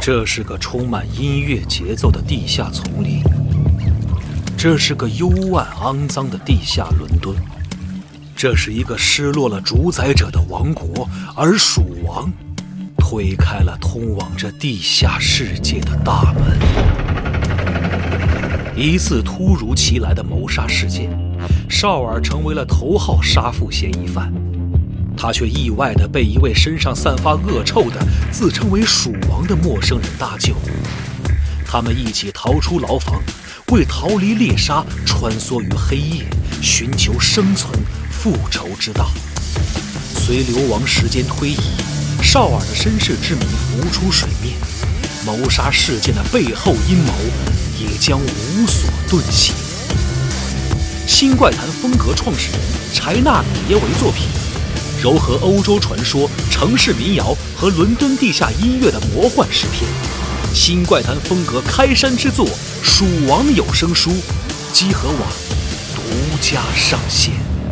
这是个充满音乐节奏的地下丛林，这是个幽暗肮脏的地下伦敦，这是一个失落了主宰者的王国，而蜀王推开了通往这地下世界的大门。一次突如其来的谋杀事件，绍尔成为了头号杀父嫌疑犯，他却意外地被一位身上散发恶臭的自称为蜀王的陌生人搭救。他们一起逃出牢房，为逃离猎杀穿梭于黑夜，寻求生存复仇之道。随流亡时间推移，绍尔的身世之谜浮出水面，谋杀事件的背后阴谋也将无所遁形。新怪谈风格创始人柴纳米耶为作品，糅合欧洲传说、城市民谣和伦敦地下音乐的魔幻诗篇。新怪谈风格开山之作《蜀王有声书》，积禾网独家上线。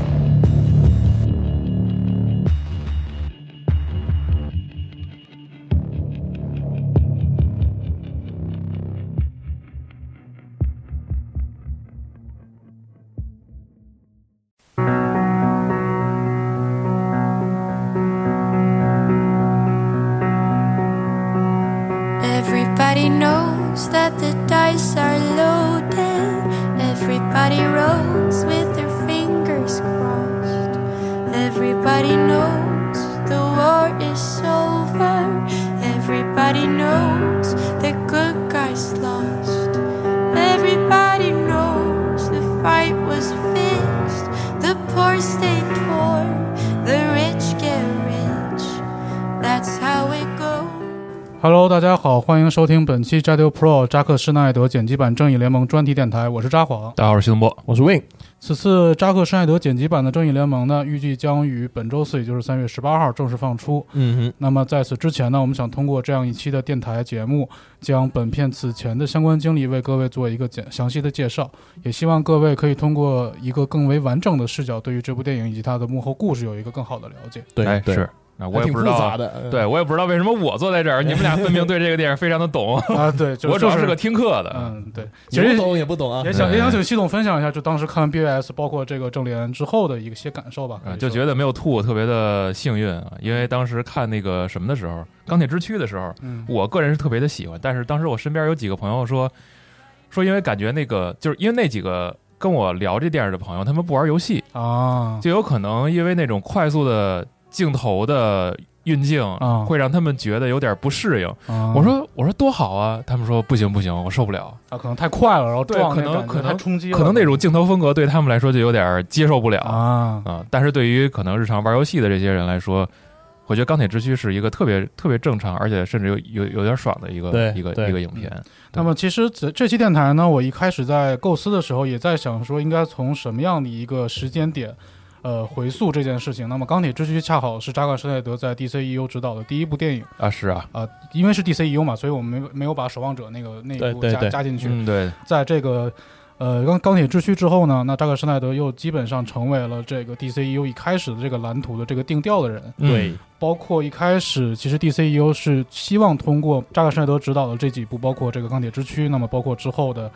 Everybody knows that the dice are loaded. Everybody rolls with their fingers crossed. Everybody knows the war is over. Everybody knows the good guys lost. Everybody knows the fight was fixed. The poor stay poor, the rich get rich. That's how it goes.Hello， 大家好，欢迎收听本期 Radio Pro 扎克施耐德剪辑版正义联盟专题电台，我是扎黄。 大家好，我是徐东波， 我是 Win。 此次扎克施耐德剪辑版的正义联盟呢，预计将于本周四，也就是3月18号正式放出。那么在此之前呢，我们想通过这样一期的电台节目，将本片此前的相关经历为各位做一个详细的介绍，也希望各位可以通过一个更为完整的视角，对于这部电影以及它的幕后故事有一个更好的了解。 对， 是。我也不知道，对我也不知道为什么我坐在这儿，你们俩分明对这个电影非常的懂啊。对， 我主要是个听课的。 对， 其实也不懂啊。 也想请系统分享一下，就当时看完 BVS 包括这个正联之后的一些感受吧。 就觉得没有吐，特别的幸运啊，因为当时看那个什么的时候，钢铁之躯的时候，我个人是特别的喜欢，但是当时我身边有几个朋友说，因为感觉那个就是因为那几个跟我聊这电影的朋友，他们不玩游戏啊， 就有可能因为那种快速的镜头的运镜会让他们觉得有点不适应。我说多好啊，他们说不行，我受不了啊，可能太快了，然后撞， 可能太冲击了， 可能那种镜头风格对他们来说就有点接受不了啊。但是对于可能日常玩游戏的这些人来说，我觉得钢铁之躯是一个特别特别正常，而且甚至有点爽的一个影片。 那么其实这期电台呢，我一开始在构思的时候也在想说，应该从什么样的一个时间点回溯这件事情。那么钢铁之躯恰好是扎克施耐德在 DCEU 执导的第一部电影啊，是啊， 因为是 DCEU 嘛，所以我们没有把守望者那一部加进去。 对， 在这个钢铁之躯之后呢，那扎克施耐德又基本上成为了这个 DCEU 一开始的这个蓝图的这个定调的人。 对， 包括一开始其实 DCEU 是希望通过扎克施耐德执导的这几部，包括这个钢铁之躯，那么包括之后的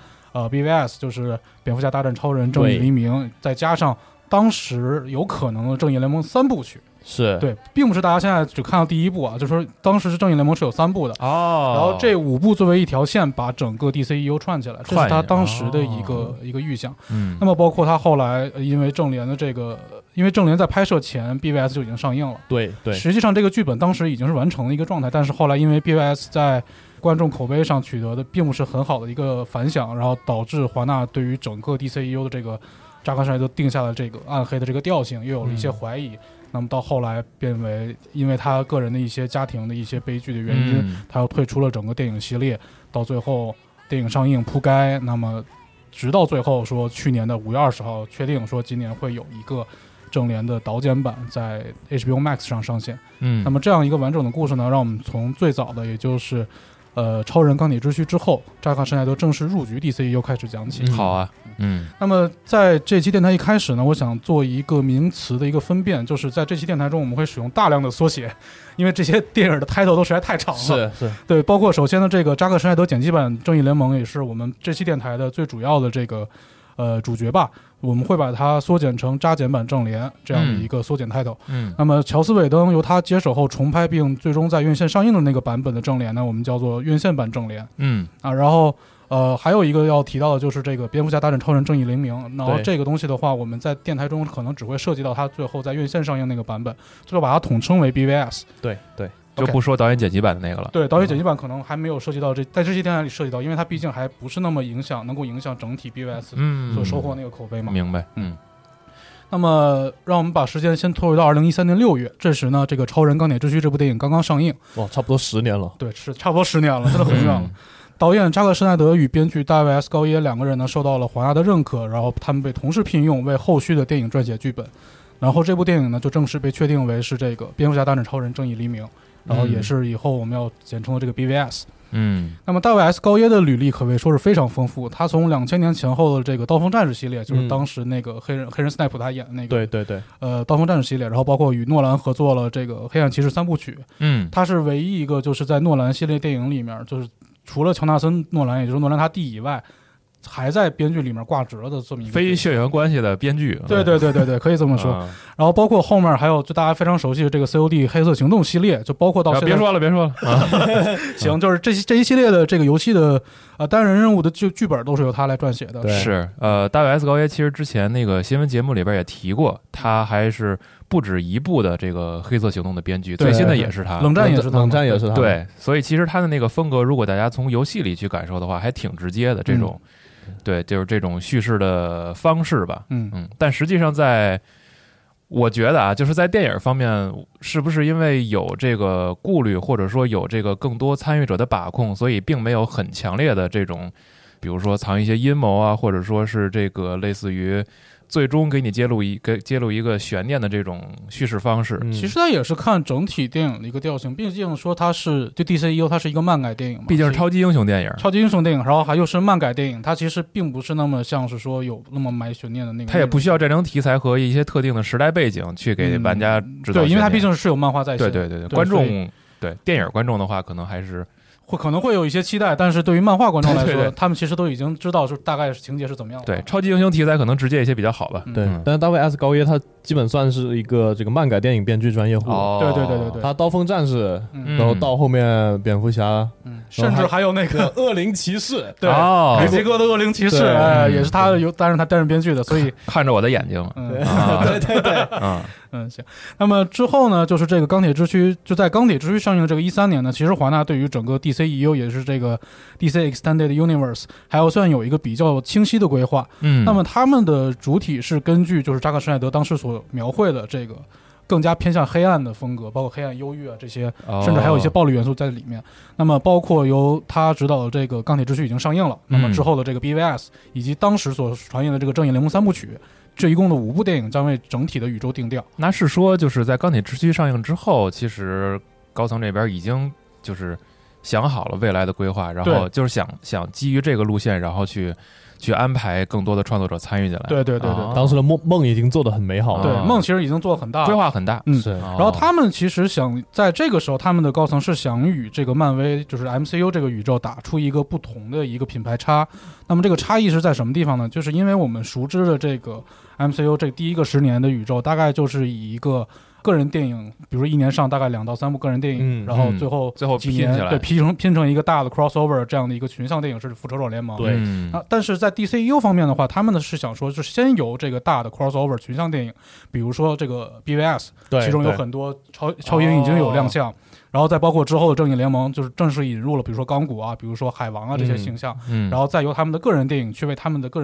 BVS 就是蝙蝠侠大战超人、正义黎明，再加上当时有可能的正义联盟3部曲。 是对，并不是大家现在只看到第一部啊，就是说当时是正义联盟是有3部的哦， 然后这5部作为一条线把整个 DCEU 串起来，这是他当时的一个预想。那么包括他后来因为正联的因为正联在拍摄前 BVS 就已经上映了， 对， 实际上这个剧本当时已经是完成的一个状态，但是后来因为 BVS 在观众口碑上取得的并不是很好的一个反响，然后导致华纳对于整个 DCEU 的这个扎克施耐德定下的这个暗黑的这个调性又有了一些怀疑。那么到后来变为因为他个人的一些家庭的一些悲剧的原因，他又退出了整个电影系列，到最后电影上映铺盖，那么直到最后说去年的5月20号确定说今年会有一个正联的导剪版在 HBO Max 上上线。那么这样一个完整的故事呢，让我们从最早的也就是超人钢铁之躯之后，扎克施耐德正式入局 DCEU 开始讲起。 好啊， 那么在这期电台一开始呢，我想做一个名词的一个分辨，就是在这期电台中我们会使用大量的缩写，因为这些电影的 title 都实在太长了。 是对，包括首先呢，这个扎克施耐德剪辑版正义联盟也是我们这期电台的最主要的这个主角吧，我们会把它缩减成扎剪版正联这样的一个缩减 title。那么乔斯韦登由他接手后重拍并最终在院线上映的那个版本的正联呢，我们叫做院线版正联。然后还有一个要提到的就是这个蝙蝠侠大战超人正义黎明，然后这个东西的话，我们在电台中可能只会涉及到它最后在院线上映那个版本，最后把它统称为 BVS。 对， 就不说导演剪辑版的那个了。 对，导演剪辑版可能还没有涉及到在这期电台里涉及到，因为它毕竟还不是那么能够影响整体 BVS 所收获那个口碑嘛。 明白。 那么让我们把时间先拖回到2013年6月，这时呢，这个《超人钢铁之躯》这部电影刚刚上映。 哇，差不多10年了。 对，是差不多10年了，真的很远了。导演扎克施耐德与编剧大卫 S 高耶两个人呢受到了华纳的认可，然后他们被同时聘用为后续的电影撰写剧本，然后这部电影呢就正式被确定为是这个蝙蝠侠大战超人正义黎明，然后也是以后我们要简称的这个 BVS。那么大卫 S 高耶的履历可谓说是非常丰富，他从2000年前后的这个刀锋战士系列，就是当时那个黑人斯奈普他演的那个对刀锋战士系列，然后包括与诺兰合作了这个黑暗骑士3部曲。他是唯一一个就是在诺兰系列电影里面，就是除了乔纳森诺兰，也就是诺兰他弟以外，还在编剧里面挂职了的这么一个非血缘关系的编剧。 对，可以这么说。然后包括后面还有就大家非常熟悉的这个 COD 黑色行动系列，就包括到现在别说了行，就是这一系列的这个游戏的单人任务的剧本都是由他来撰写的。 是大卫 S 高耶其实之前那个新闻节目里边也提过，他还是不止一部的这个黑色行动的编剧，最新的也是他， 冷战也是他。 对，所以其实他的那个风格，如果大家从游戏里去感受的话，还挺直接的这种。对，就是这种叙事的方式吧。但实际上我觉得啊，就是在电影方面，是不是因为有这个顾虑，或者说有这个更多参与者的把控，所以并没有很强烈的这种，比如说藏一些阴谋啊，或者说是这个类似于最终给你揭露一个悬念的这种叙事方式。 其实它也是看整体电影的一个调性，毕竟说它是就 DCEU 它是一个漫改电影嘛， 毕竟是超级英雄电影， 然后还又是漫改电影，它其实并不是那么像是说有那么埋悬念的那个， 它也不需要战争题材和一些特定的时代背景去给玩家制造。 对，因为它毕竟是有漫画在线。 对，观众对电影观众的话，可能还是。 可能会有一些期待，但是对于漫画观众来说，他们其实都已经知道是大概情节是怎么样的。 对，超级英雄题材可能直接一些比较好吧。 对，但是大卫 S 高耶他基本算是一个这个漫改电影编剧专业户。 对， 他刀锋战士，然后到后面蝙蝠侠， 甚至还有那个恶灵骑士， 对，凯奇哥的恶灵骑士，也是他担任编剧的，所以看着我的眼睛。 对，行。那么之后呢，就是这个钢铁之躯，就在钢铁之躯上映的这个13年呢，其实华纳对于整个 DCEU 也是这个 DC Extended Universe 还要算有一个比较清晰的规划。那么他们的主体是根据就是扎克施耐德当时所描绘的这个更加偏向黑暗的风格，包括黑暗忧郁啊这些，甚至还有一些暴力元素在里面。那么包括由他执导的这个钢铁之躯已经上映了，那么之后的这个 BVS 以及当时所传言的这个正义联盟3部曲，这一共的5部电影将为整体的宇宙定调。 那是说就是在钢铁之躯上映之后，其实高层这边已经就是想好了未来的规划，然后就是想基于这个路线，然后去安排更多的创作者参与进来。 对， 当时的梦已经做得很美好了。 对，梦其实已经做得很大， 规划很大。 是。然后他们其实想在这个时候，他们的高层是想与这个漫威就是 MCU 这个宇宙打出一个不同的一个品牌差。那么这个差异是在什么地方呢？就是因为我们熟知的这个 MCU 这第一个10年的宇宙，大概就是以一个个人电影，比如1年上大概2到3部个人电影，然后最后几年拼成一个大的 crossover 这样的一个群像电影是复仇者联盟。 对， 但是在 DCEU 方面的话，他们的是想说，就是先由这个大的 crossover 群像电影，比如说这个 BVS， 其中有很多超英已经有亮相。然后再包括之后的正义联盟，就是正式引入了比如说钢骨啊，比如说海王啊这些形象，然后再由他们的个人电影去为他们的个人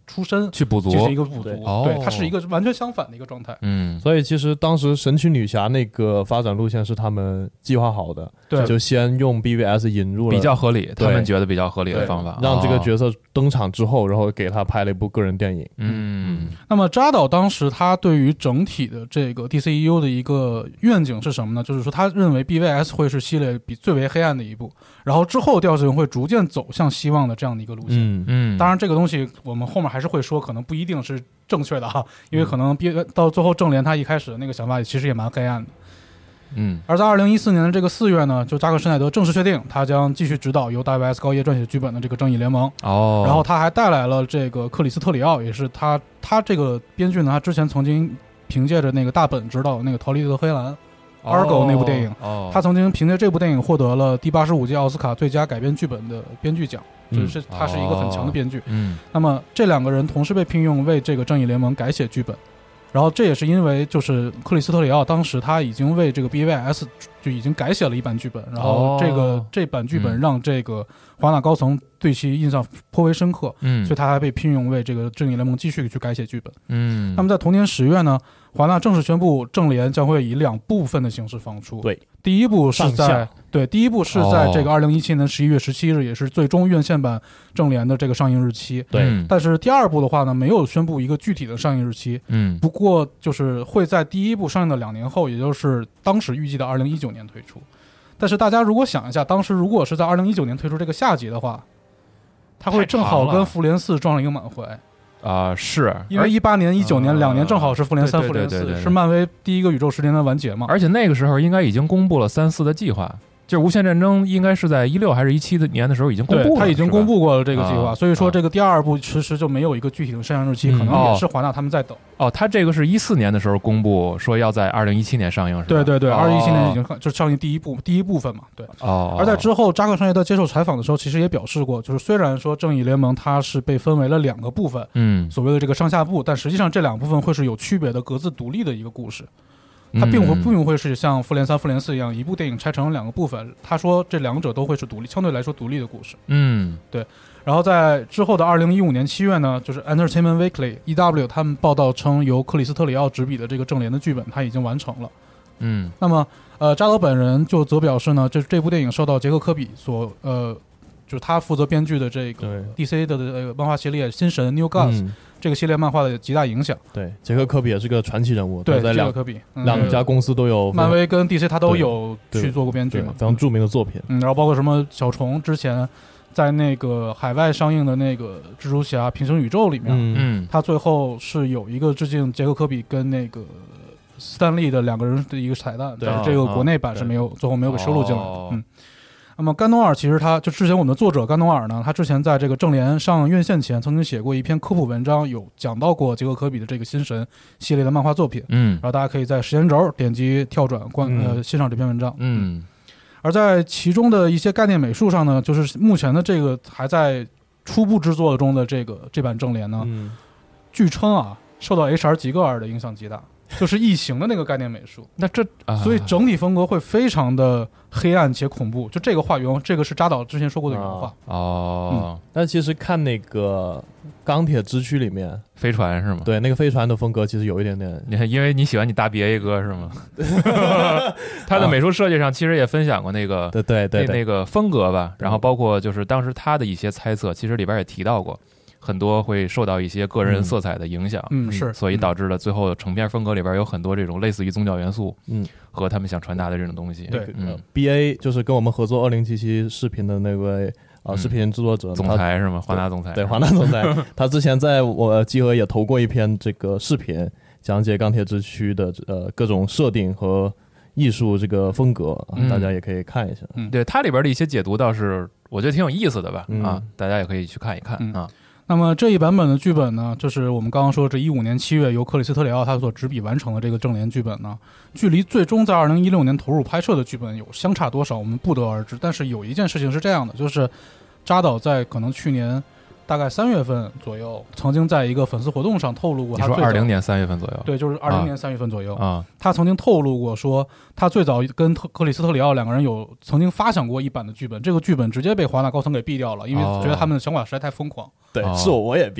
出身去补足， 进行一个补足。 对， 它是一个完全相反的一个状态。 所以其实当时神奇女侠那个发展路线是他们计划好的， 对， 就先用 BVS 引入了比较合理，他们觉得比较合理的方法， 让这个角色登场之后，然后给他拍了一部个人电影。 那么扎导当时他对于整体的这个 DCEU 的一个愿景是什么呢？就是说他认为 BVS 会是系列比最为黑暗的一部，然后之后调性会逐渐走向希望的这样的一个路线。当然这个东西我们后面还是会说，可能不一定是正确的哈，因为可能到最后正联他一开始的那个想法其实也蛮黑暗的。而在2014年的这个4月呢，就扎克施耐德正式确定他将继续执导由大卫 S 高耶撰写剧本的这个正义联盟。然后他还带来了这个克里斯特里奥，也是他这个编剧呢，他之前曾经凭借着那个大本执导那个逃离的黑蓝 Argo 那部电影，他曾经凭借这部电影获得了第85届奥斯卡最佳改编剧本的编剧奖，就是他是一个很强的编剧。那么这两个人同时被聘用为这个正义联盟改写剧本。然后这也是因为就是克里斯特里奥当时他已经为这个 BVS 就已经改写了一版剧本，然后这版剧本让这个华纳高层对其印象颇为深刻，所以他还被聘用为这个正义联盟继续去改写剧本。那么在同年10月呢，华纳正式宣布正联将会以2部分的形式放出。 对， 第一部是在这个2017年11月17日，也是最终院线版正联的这个上映日期。 对， 但是第二部的话呢，没有宣布一个具体的上映日期。不过就是会在第一部上映的2年后，也就是当时预计的2019年推出。但是大家如果想一下，当时如果是在2019年推出这个下集的话，它会正好跟复联4撞了一个满怀。 是因为18年、19年2年正好是复联3、复联4，是漫威第一个宇宙时间的完结嘛。 而且那个时候应该已经公布了3、4的计划，就是无限战争应该是在16还是17年的时候已经公布了， 对，他已经公布过了这个计划，所以说这个第二部其实就没有一个具体的上映日期，可能也是华纳他们在等。 他这个是14年的时候公布说要在2017年上映，是吧？ 对，2017年已经就上映第一部分嘛，对。而在之后，扎克施耐德接受采访的时候，其实也表示过，就是虽然说正义联盟它是被分为了2个部分，所谓的这个上下部，但实际上这2部分会是有区别的，各自独立的一个故事。它并不会是像复联3、复联4一样一部电影拆成2个部分。他说这2者都会是相对来说独立的故事。对。然后在之后的2015年7月呢，就是 Entertainment Weekly EW 他们报道称，由克里斯特里奥执笔的这个正联的剧本他已经完成了。那么扎导本人就则表示呢，这部电影受到杰克科比所就是他负责编剧的这个 DC 的漫画系列新神 New Gods。这个系列漫画的极大影响。 对，杰克科比也是个传奇人物。 对，杰克科比 2家公司都有， 漫威跟 DC 他都有去做过编剧嘛， 非常著名的作品。 然后包括什么小虫之前在那个海外上映的那个蜘蛛侠平行宇宙里面，他最后是有一个致敬杰克科比跟那个斯坦利的2个人的一个彩蛋，但是这个国内版是最后没有给收录进来的。那么甘东尔其实他就之前我们的作者甘东尔呢，他之前在这个正联上院线前曾经写过一篇科普文章，有讲到过杰克科比的这个新神系列的漫画作品。然后大家可以在时间轴点击跳转欣赏这篇文章。而在其中的一些概念美术上呢，就是目前的这个还在初步制作中的这版正联呢，据称受到 HR 吉格尔的影响极大。就是异形的那个概念美术， 那所以整体风格会非常的黑暗且恐怖。就这个话这个是扎导之前说过的原话。 但其实看那个钢铁之躯里面飞船是吗？ 对，那个飞船的风格其实有一点点。 你看，因为你喜欢你大 BA 哥是吗？他的美术设计上其实也分享过那个对那个风格吧，然后包括就是当时他的一些猜测，其实里边也提到过。很多会受到一些个人色彩的影响， 是， 所以导致了最后成片风格里边有很多这种类似于宗教元素，和他们想传达的这种东西。 对 ，BA 就是跟我们合作2077视频的那位视频制作者总裁是吗？华纳总裁。 对，华纳总裁，他之前在我集合也投过一篇这个视频，讲解钢铁之躯的各种设定和艺术这个风格，大家也可以看一下。 对，它里边的一些解读倒是我觉得挺有意思的吧，大家也可以去看一看啊。 那么这一版本的剧本呢，就是我们刚刚说这15年7月由克里斯特里奥他所执笔完成的这个正联剧本呢，距离最终在2016年投入拍摄的剧本有相差多少，我们不得而知。但是有一件事情是这样的，就是扎导在可能去年大概3月份左右，曾经在一个粉丝活动上透露过他最早， 你说20年3月份左右？ 对，就是20年3月份左右他曾经透露过说，他最早跟克里斯特里奥2个人有曾经发想过一版的剧本，这个剧本直接被华纳高层给毙掉了，因为觉得他们的想法实在太疯狂。 对，是我也毙。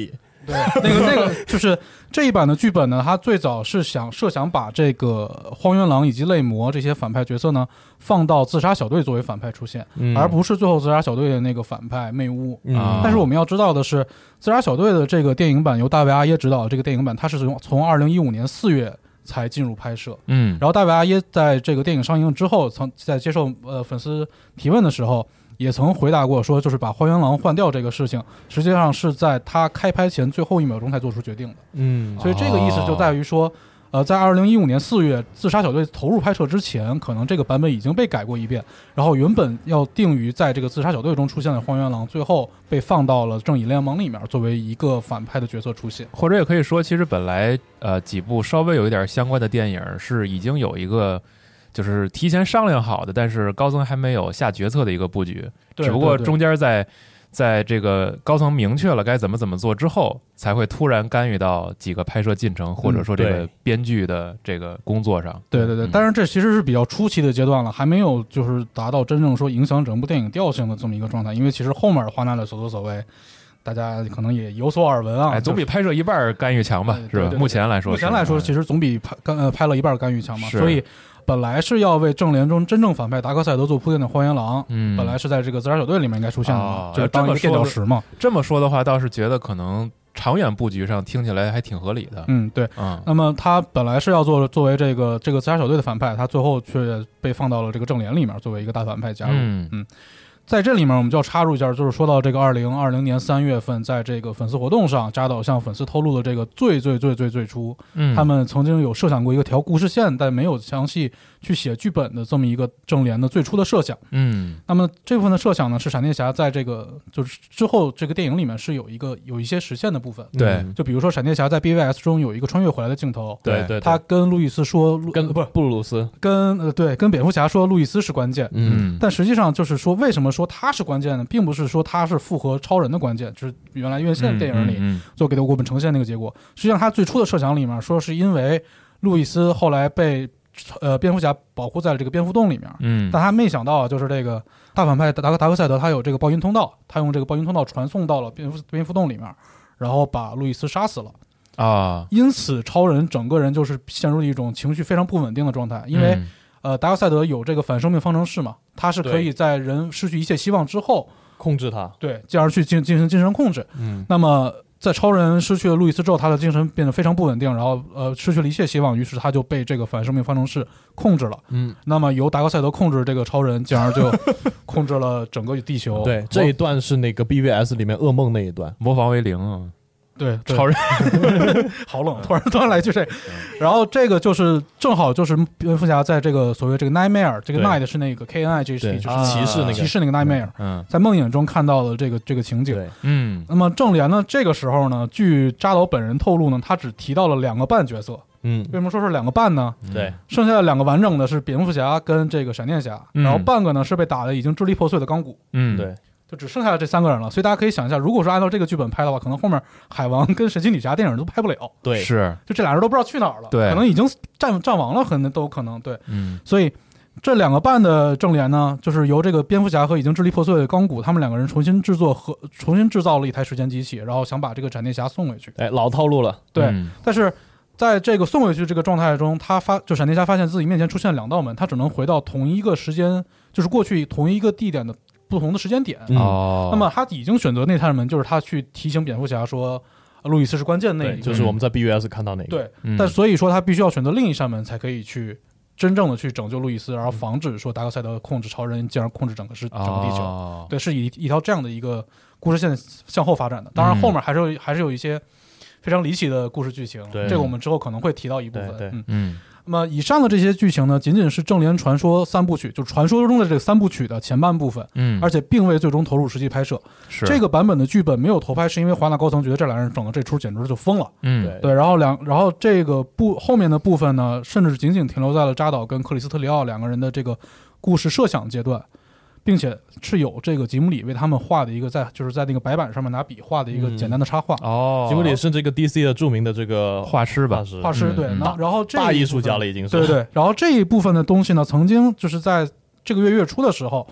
对，那个就是这一版的剧本呢，它最早是设想把这个荒原狼以及泪魔这些反派角色呢放到自杀小队作为反派出现，而不是最后自杀小队的那个反派魅乌。但是我们要知道的是，自杀小队的这个电影版由大卫阿耶执导的这个电影版，它是从2015年4月才进入拍摄。然后大卫阿耶在这个电影上映之后，曾在接受粉丝提问的时候，也曾回答过说，就是把荒原狼换掉这个事情，实际上是在他开拍前最后1秒钟才做出决定的。所以这个意思就在于说，在2015年4月自杀小队投入拍摄之前，可能这个版本已经被改过一遍，然后原本要定于在这个自杀小队中出现的荒原狼，最后被放到了正义联盟里面作为一个反派的角色出现。 或者也可以说，其实本来几部稍微有一点相关的电影是已经有一个就是提前商量好的，但是高层还没有下决策的一个布局，只不过中间在这个高层明确了该怎么做之后，才会突然干预到几个拍摄进程，或者说这个编剧的这个工作上。对， 但是这其实是比较初期的阶段了，还没有就是达到真正说影响整部电影调性的这么一个状态。因为其实后面华纳的所作所为，大家可能也有所耳闻啊。 总比拍摄一半干预强吧，是吧？目前来说， 其实总比拍了一半干预强嘛，所以。本来是要为正联中真正反派达克赛德做铺垫的荒原狼，本来是在这个自杀小队里面应该出现的嘛，就是当一个垫脚石嘛。 这么说的话，倒是觉得可能长远布局上听起来还挺合理的。 对。那么他本来是要作为这个自杀小队的反派，他最后却被放到了这个正联里面作为一个大反派加入。在这里面我们就要插入一下，就是说到这个2020年3月份，在这个粉丝活动上，扎导向粉丝透露的这个最初，他们曾经有设想过一个条故事线，但没有详细去写剧本的这么一个正联的最初的设想。那么这部分的设想呢，是闪电侠在这个就是之后这个电影里面是有一些实现的部分。 对， 就比如说闪电侠在 BVS 中有一个穿越回来的镜头， 对， 他跟路易斯说， 布鲁斯跟蝙蝠侠说路易斯是关键。但实际上就是说为什么说他是关键呢，并不是说他是复合超人的关键，就是原来院线电影里做给我们呈现那个结果。实际上他最初的设想里面说是因为路易斯后来被蝙蝠侠保护在了这个蝙蝠洞里面，但他没想到就是这个大反派达克赛德他有这个爆音通道，他用这个爆音通道传送到了蝙蝠洞里面，然后把路易斯杀死了因此超人整个人就是陷入了一种情绪非常不稳定的状态，因为达克赛德有这个反生命方程式嘛，他是可以在人失去一切希望之后控制他， 对，进而去进行精神控制。那么在超人失去了路易斯之后，他的精神变得非常不稳定，然后失去了一切希望，于是他就被这个反生命方程式控制了。那么由达克赛德控制这个超人，进而就控制了整个地球。 对，这一段是那个 BVS 里面噩梦那一段， 模仿为零啊。 对， 超人好冷，突然来句这个，然后这个就是正好就是蝙蝠侠在这个所谓这个 Nightmare， 这个 Night 是那个 KNIGHT， 就是骑士那个 Nightmare，在梦魇中看到了这个情景。那么正联呢，这个时候呢，据扎导本人透露呢，他只提到了2个半角色。为什么说是2个半呢？ 对， 剩下的2个完整的是蝙蝠侠跟这个闪电侠，然后半个呢是被打的已经支离破碎的钢骨。 对。 就只剩下这3个人了，所以大家可以想一下，如果说按照这个剧本拍的话，可能后面海王跟神奇女侠电影都拍不了。 对， 是， 就这俩人都不知道去哪儿了。 对， 可能已经战亡了，可能都有可能。对，所以这2个半的正联呢，就是由这个蝙蝠侠和已经支离破碎的钢骨，他们2个人重新制造了一台时间机器，然后想把这个闪电侠送回去。 老套路了。 对，但是在这个送回去这个状态中，就闪电侠发现自己面前出现2道门，他只能回到同一个时间，就是过去同一个地点的不同的时间点。那么他已经选择那扇门，就是他去提醒蝙蝠侠说路易斯是关键那一个， 就是我们在 BVS 看到那个。 对，但所以说他必须要选择另一扇门，才可以去真正的去拯救路易斯，然后防止说达克赛德控制超人，进而控制整个地球。对，是以一条这样的一个故事线向后发展的。当然后面还是有一些非常离奇的故事剧情，这个我们之后可能会提到一部分。那么以上的这些剧情呢，仅仅是正联传说3部曲，就传说中的这个3部曲的前半部分，而且并未最终投入实际拍摄。这个版本的剧本没有投拍，是因为华纳高层觉得这2人整的这出简直就疯了。对，然后这个后面的部分呢，甚至仅仅停留在了扎导跟克里斯特里奥2个人的这个故事设想阶段。并且是有这个吉姆里为他们画的一个就是在那个白板上面拿笔画的一个简单的插画。 吉姆里是这个 DC 的著名的这个画师吧？ 画师对，然后大艺术家了已经是。 对，然后这一部分的东西呢，曾经就是在这个月初的时候，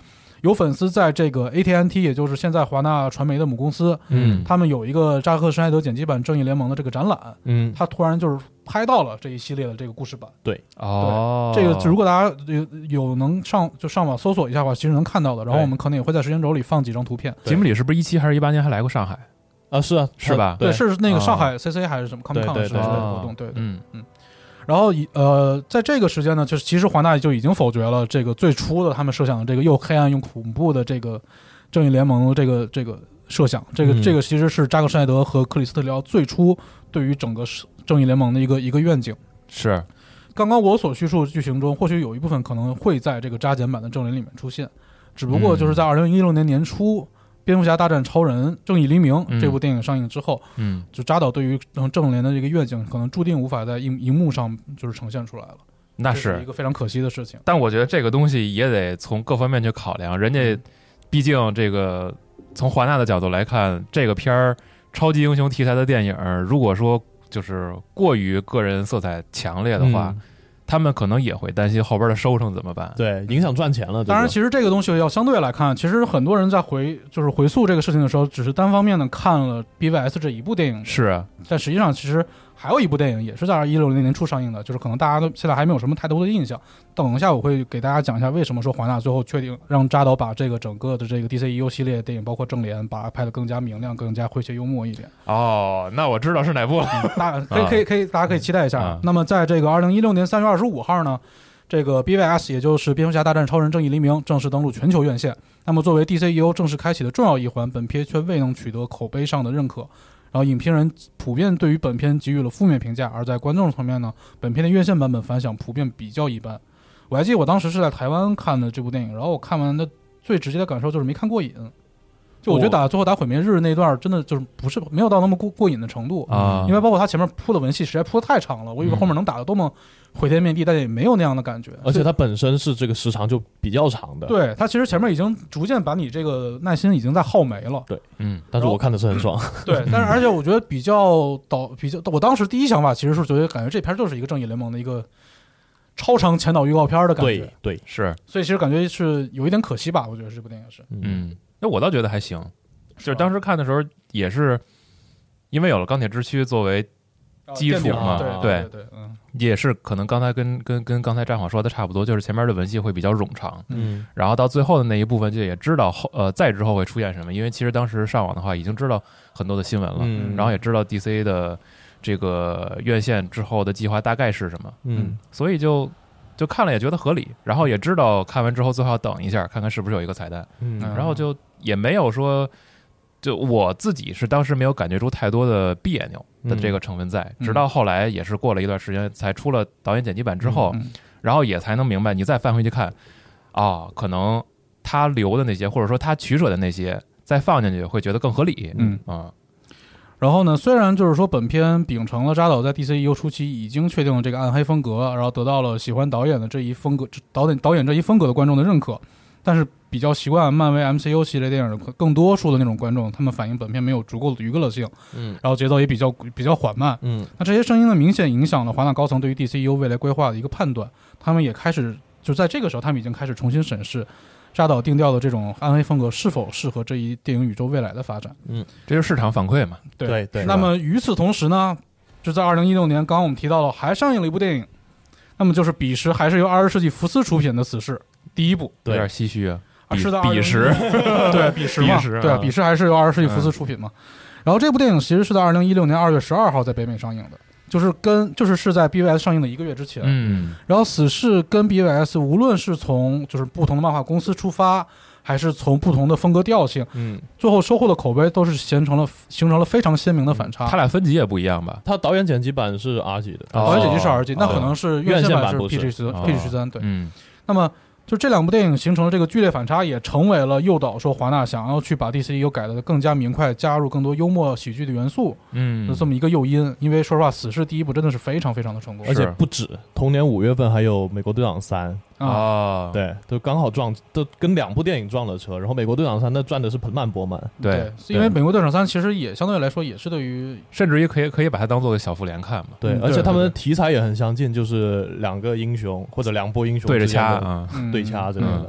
有粉丝在这个 AT&T， 也就是现在华纳传媒的母公司，他们有一个扎克施耐德剪辑版正义联盟的这个展览，他突然就是拍到了这一系列的这个故事版。 对， 这个如果大家有能上网搜索一下的话，其实能看到的。然后我们可能也会在时间轴里放几张图片。 节目里是不是17还是18年还来过上海啊？是啊， 是吧？ 对，是那个上海 CC 还是什么康康的之类的活动？对，然后在这个时间呢，就是其实华纳就已经否决了这个最初的他们设想的这个又黑暗又恐怖的这个正义联盟这个设想。这个其实是扎克施耐德和克里斯特里奥最初对于整个正义联盟的一个愿景。 是， 刚刚我所叙述的剧情中，或许有一部分可能会在这个加减版的正联里面出现，只不过就是在2016年年初。蝙蝠侠大战超人正义黎明这部电影上映之后，就扎导对于正联的这个愿景可能注定无法在荧幕上就是呈现出来了， 那是一个非常可惜的事情。 但我觉得这个东西也得从各方面去考量，人家毕竟这个从华纳的角度来看，这个片儿超级英雄题材的电影，如果说就是过于个人色彩强烈的话，他们可能也会担心后边的收成怎么办？ 对，影响赚钱了。 当然，其实这个东西要相对来看，其实很多人在回溯这个事情的时候，只是单方面的看了 BVS 这一部电影。 是啊， 但实际上其实还有一部电影也是在2016年初上映的，就是可能大家都现在还没有什么太多的印象。等一下我会给大家讲一下为什么说华纳最后确定让扎导把这个整个的这个 DCEU 系列电影，包括正联，把它拍得更加明亮、更加诙谐幽默一点。 哦，那我知道是哪部了。 大家可以大家可以期待一下。那么在这个2016年3月25号呢，这个 BVS 也就是蝙蝠侠大战超人正义黎明正式登陆全球院线。那么作为 DCEU 正式开启的重要一环，本片却未能取得口碑上的认可。然后影评人普遍对于本片给予了负面评价，而在观众层面呢，本片的院线版本反响普遍比较一般。我还记得我当时是在台湾看的这部电影，然后我看完的最直接的感受就是没看过瘾。就我觉得最后打毁灭日那段真的就是不是没有到那么过瘾的程度啊，因为包括他前面铺的文戏实在铺得太长了，我以为后面能打得多么毁天灭地，但也没有那样的感觉。 而且它本身是这个时长就比较长的， 对，它其实前面已经逐渐把你这个耐心已经在耗没了。 对，但是我看的是很爽。 对，但是而且我觉得比较，我当时第一想法其实是觉得感觉这片就是一个正义联盟的一个超长前导预告片的感觉。 对， 是， 所以其实感觉是有一点可惜吧，我觉得这部电影是。 那我倒觉得还行，就是当时看的时候也是因为有了钢铁之躯作为基础嘛，对，也是可能刚才跟刚才战火说的差不多，就是前面的文戏会比较冗长，然后到最后的那一部分就也知道再之后会出现什么，因为其实当时上网的话已经知道很多的新闻了，然后也知道 DC 的这个院线之后的计划大概是什么，所以就看了也觉得合理，然后也知道看完之后最后要等一下看看是不是有一个彩蛋，然后就也没有说，就我自己是当时没有感觉出太多的别扭的这个成分在，直到后来也是过了一段时间才出了导演剪辑版之后，然后也才能明白，你再翻回去看啊，可能他留的那些或者说他取舍的那些再放进去会觉得更合理。 然后呢，虽然就是说本片秉承了扎导在 DCEU 初期已经确定了这个暗黑风格，然后得到了喜欢导演的这一风格导演这一风格的观众的认可，但是比较习惯漫威 MCU 系列电影的更多数的那种观众，他们反映本片没有足够的娱乐性，然后节奏也比较缓慢，那这些声音呢，明显影响了华纳高层对于 DCEU 未来规划的一个判断，他们也开始就在这个时候，他们已经开始重新审视扎导定调的这种暗黑风格是否适合这一电影宇宙未来的发展。 这就是市场反馈嘛。 对。 那么与此同时呢，就在2016年，刚刚我们提到了还上映了一部电影，那么就是彼时还是由20世纪福斯出品的《死侍》第一部。 有点唏嘘啊。 是的， 彼时对彼时嘛，对彼时还是由20世纪福斯出品嘛。然后这部电影其实是在2016年2月12号在北美上映的。就是在 BVS 上映的1个月之前，然后死侍跟 BVS 无论是从就是不同的漫画公司出发，还是从不同的风格调性，最后收获的口碑都是形成了非常鲜明的反差。 他俩分级也不一样吧？ 他导演剪辑版是 R 级的， 导演剪辑是 R 级，那可能是院线版是 PG13，对。那么就这两部电影形成了这个剧烈反差，也成为了诱导说华纳想要去把 DCEU 改得更加明快，加入更多幽默喜剧的元素，的这么一个诱因。因为说实话，死侍第一部真的是非常非常的成功， 而且不止，同年5月份还有美国队长3 啊， 对，都刚好都跟2部电影撞了车。然后美国队长3那赚的是盆满钵满， 对，因为美国队长3其实也相对来说也是对于， 甚至于可以把它当做小复联看嘛。 对，而且他们的题材也很相近，就是2个英雄或者2波英雄对着掐对掐之类的。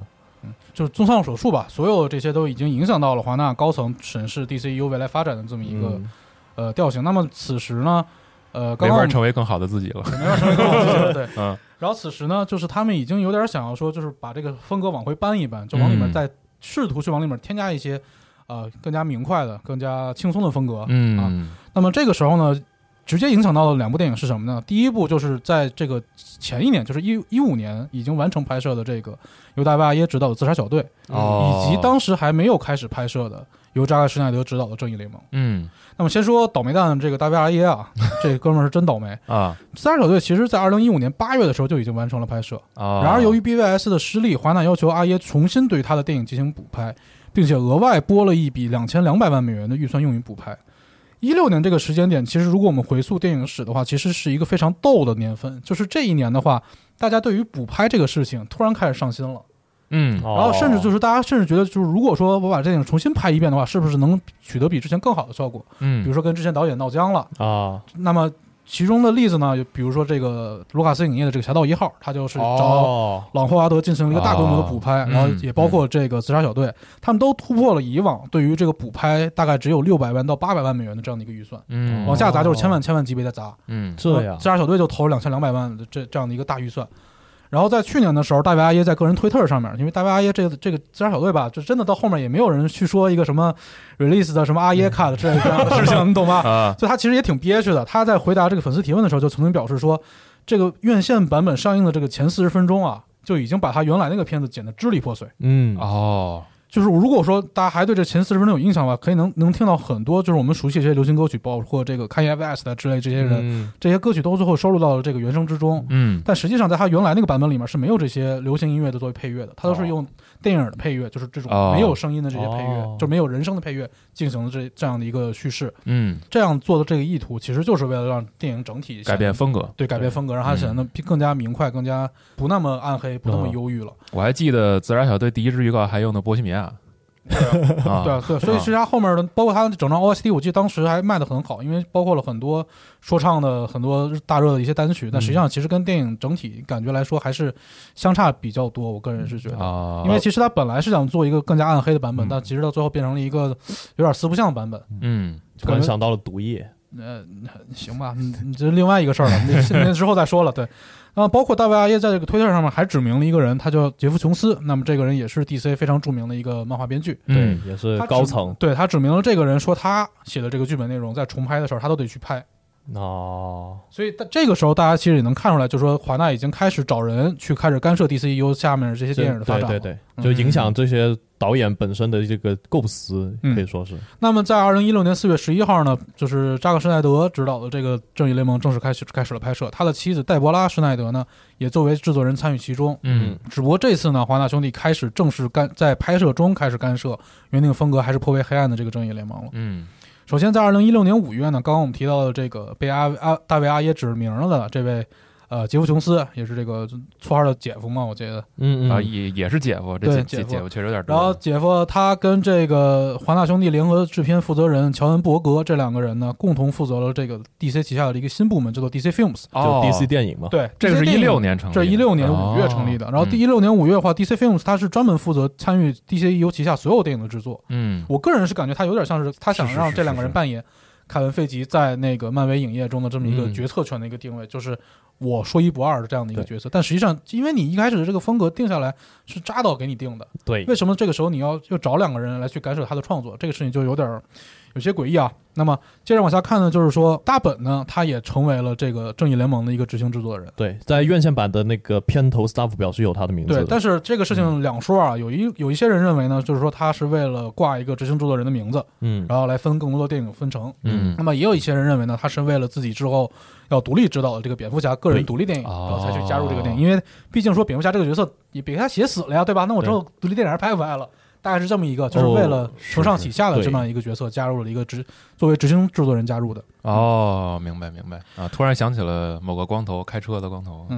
就是综上所述吧，所有这些都已经影响到了华纳高层审视 DCEU 未来发展的这么一个调性。那么此时呢，刚刚没法成为更好的自己了， 没法成为更好的自己了，对， 然后此时呢，就是他们已经有点想要说，就是把这个风格往回搬一搬，就往里面再试图去往里面添加一些更加明快的、更加轻松的风格。那么这个时候呢，直接影响到的2部电影是什么呢？第一部就是在这个前一年，就是15年已经完成拍摄的这个由大卫·阿耶执导的《自杀小队》，以及当时还没有开始拍摄的由扎克·施耐德执导的《正义联盟》。那么先说倒霉蛋这个大卫·阿耶啊，这哥们儿是真倒霉啊！《自杀小队》其实在2015年8月的时候就已经完成了拍摄，然而由于 BVS 的失利，华纳要求阿耶重新对他的电影进行补拍，并且额外拨了一笔2200万美元的预算用于补拍。16年这个时间点，其实如果我们回溯电影史的话，其实是一个非常逗的年份。就是这一年的话，大家对于补拍这个事情突然开始上心了。然后甚至就是大家甚至觉得，就是如果说我把这电影重新拍一遍的话，是不是能取得比之前更好的效果？比如说跟之前导演闹僵了啊。那么其中的例子呢，比如说这个卢卡斯影业的这个《侠盗1号》，他就是找朗霍华德进行了一个大规模的补拍，然后也包括这个《自杀小队》，他们都突破了以往对于这个补拍大概只有600万到800万美元的这样的一个预算，往下砸就是千万级别的砸， 这样，《 自杀小队》就投了2200万的这样的一个大预算。然后在去年的时候，大卫阿耶在个人推特上面，因为大卫阿耶这个自杀小队吧，就真的到后面也没有人去说一个什么 release 的什么阿耶 cut 之类的这样的事情，你懂吗？所以他其实也挺憋屈的。他在回答这个粉丝提问的时候，就曾经表示说，这个院线版本上映的这个前40分钟啊，就已经把他原来那个片子剪得支离破碎。就是如果说大家还对这前40分钟有印象的话，可以能听到很多就是我们熟悉的这些流行歌曲，包括这个 Kanye West 之类这些人，这些歌曲都最后收录到了这个原声之中。但实际上在他原来那个版本里面是没有这些流行音乐的作为配乐的，他都是用电影的配乐，就是这种没有声音的这些配乐，就没有人声的配乐进行了这样的一个叙事。这样做的这个意图其实就是为了让电影整体改变风格， 对，改变风格，让它显得更加明快，更加不那么暗黑，不那么忧郁了。 我还记得《自杀小队》第一支预告还用的波西米亚。 对，所以其实他后面的包括他整张 OST， 我记得当时还卖得很好，因为包括了很多说唱的很多大热的一些单曲，但实际上其实跟电影整体感觉来说还是相差比较多。我个人是觉得，因为其实他本来是想做一个更加暗黑的版本，但其实到最后变成了一个有点四不像的版本。 突然想到了毒液。 行吧，你这是另外一个事儿了，那之后再说了。对，包括大卫阿耶在这个推特上面还指明了一个人，他叫杰夫琼斯。那么这个人也是 DC 非常著名的一个漫画编剧， 对，也是高层。 对，他指明了这个人，说他写的这个剧本内容在重拍的时候他都得去拍。所以这个时候大家其实也能看出来，就是说华纳已经开始找人去开始干涉 DCEU 下面这些电影的发展。 对，就影响这些导演本身的这个构思，可以说是。 那么在2016年4月11号呢，就是扎克施耐德执导的这个《正义联盟》正式开始了拍摄，他的妻子黛博拉施耐德呢也作为制作人参与其中。只不过这次呢，华纳兄弟开始正式在拍摄中开始干涉原定风格还是颇为黑暗的这个《正义联盟》了。首先在2016年5月呢，刚刚我们提到的这个被大卫阿耶指名了的这位杰夫琼斯，也是这个绰号的姐夫嘛，我记得。 也是姐夫，这姐夫确实有点多。 然后姐夫他跟这个华纳兄弟联合制片负责人乔恩伯格这两个人呢，共同负责了这个 DC 旗下的一个新部门，叫做 DC Films， 就 DC 电影嘛。 对， 这个是16年成立的， 这是16年5月成立的。然后16年5月的话，DC Films 它是专门负责参与 DCEU 旗下所有电影的制作。我个人是感觉他有点像是他想让这两个人扮演凯文·费吉在那个漫威影业中的这么一个决策权的一个定位，就是我说一不二的这样的一个角色。但实际上，因为你一开始的这个风格定下来是扎导给你定的， 对， 为什么这个时候你要找两个人来去干涉他的创作？这个事情就有些诡异啊。那么接着往下看呢，就是说大本呢，他也成为了这个正义联盟的一个执行制作人。 对，在院线版的那个片头 staff 表是有他的名字的。 对，但是这个事情两说啊，有一些人认为呢，就是说他是为了挂一个执行制作人的名字，然后来分更多的电影分成。那么也有一些人认为呢，他是为了自己之后要独立执导的这个蝙蝠侠个人独立电影，然后才去加入这个电影。因为毕竟说蝙蝠侠这个角色也别给他写死了呀，对吧？那我之后独立电影还拍不拍了？大概是这么一个，就是为了承上启下的这么一个角色，加入了一个作为执行制作人加入的。 明白啊！突然想起了某个光头开车的光头。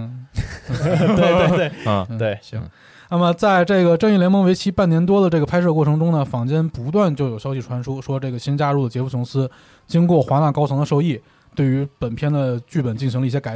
对， 行。那么在这个正义联盟为期半年多的这个拍摄过程中呢，坊间不断就有消息传出，说这个新加入的杰夫琼斯经过华纳高层的授意，对于本片的剧本进行了一些改写。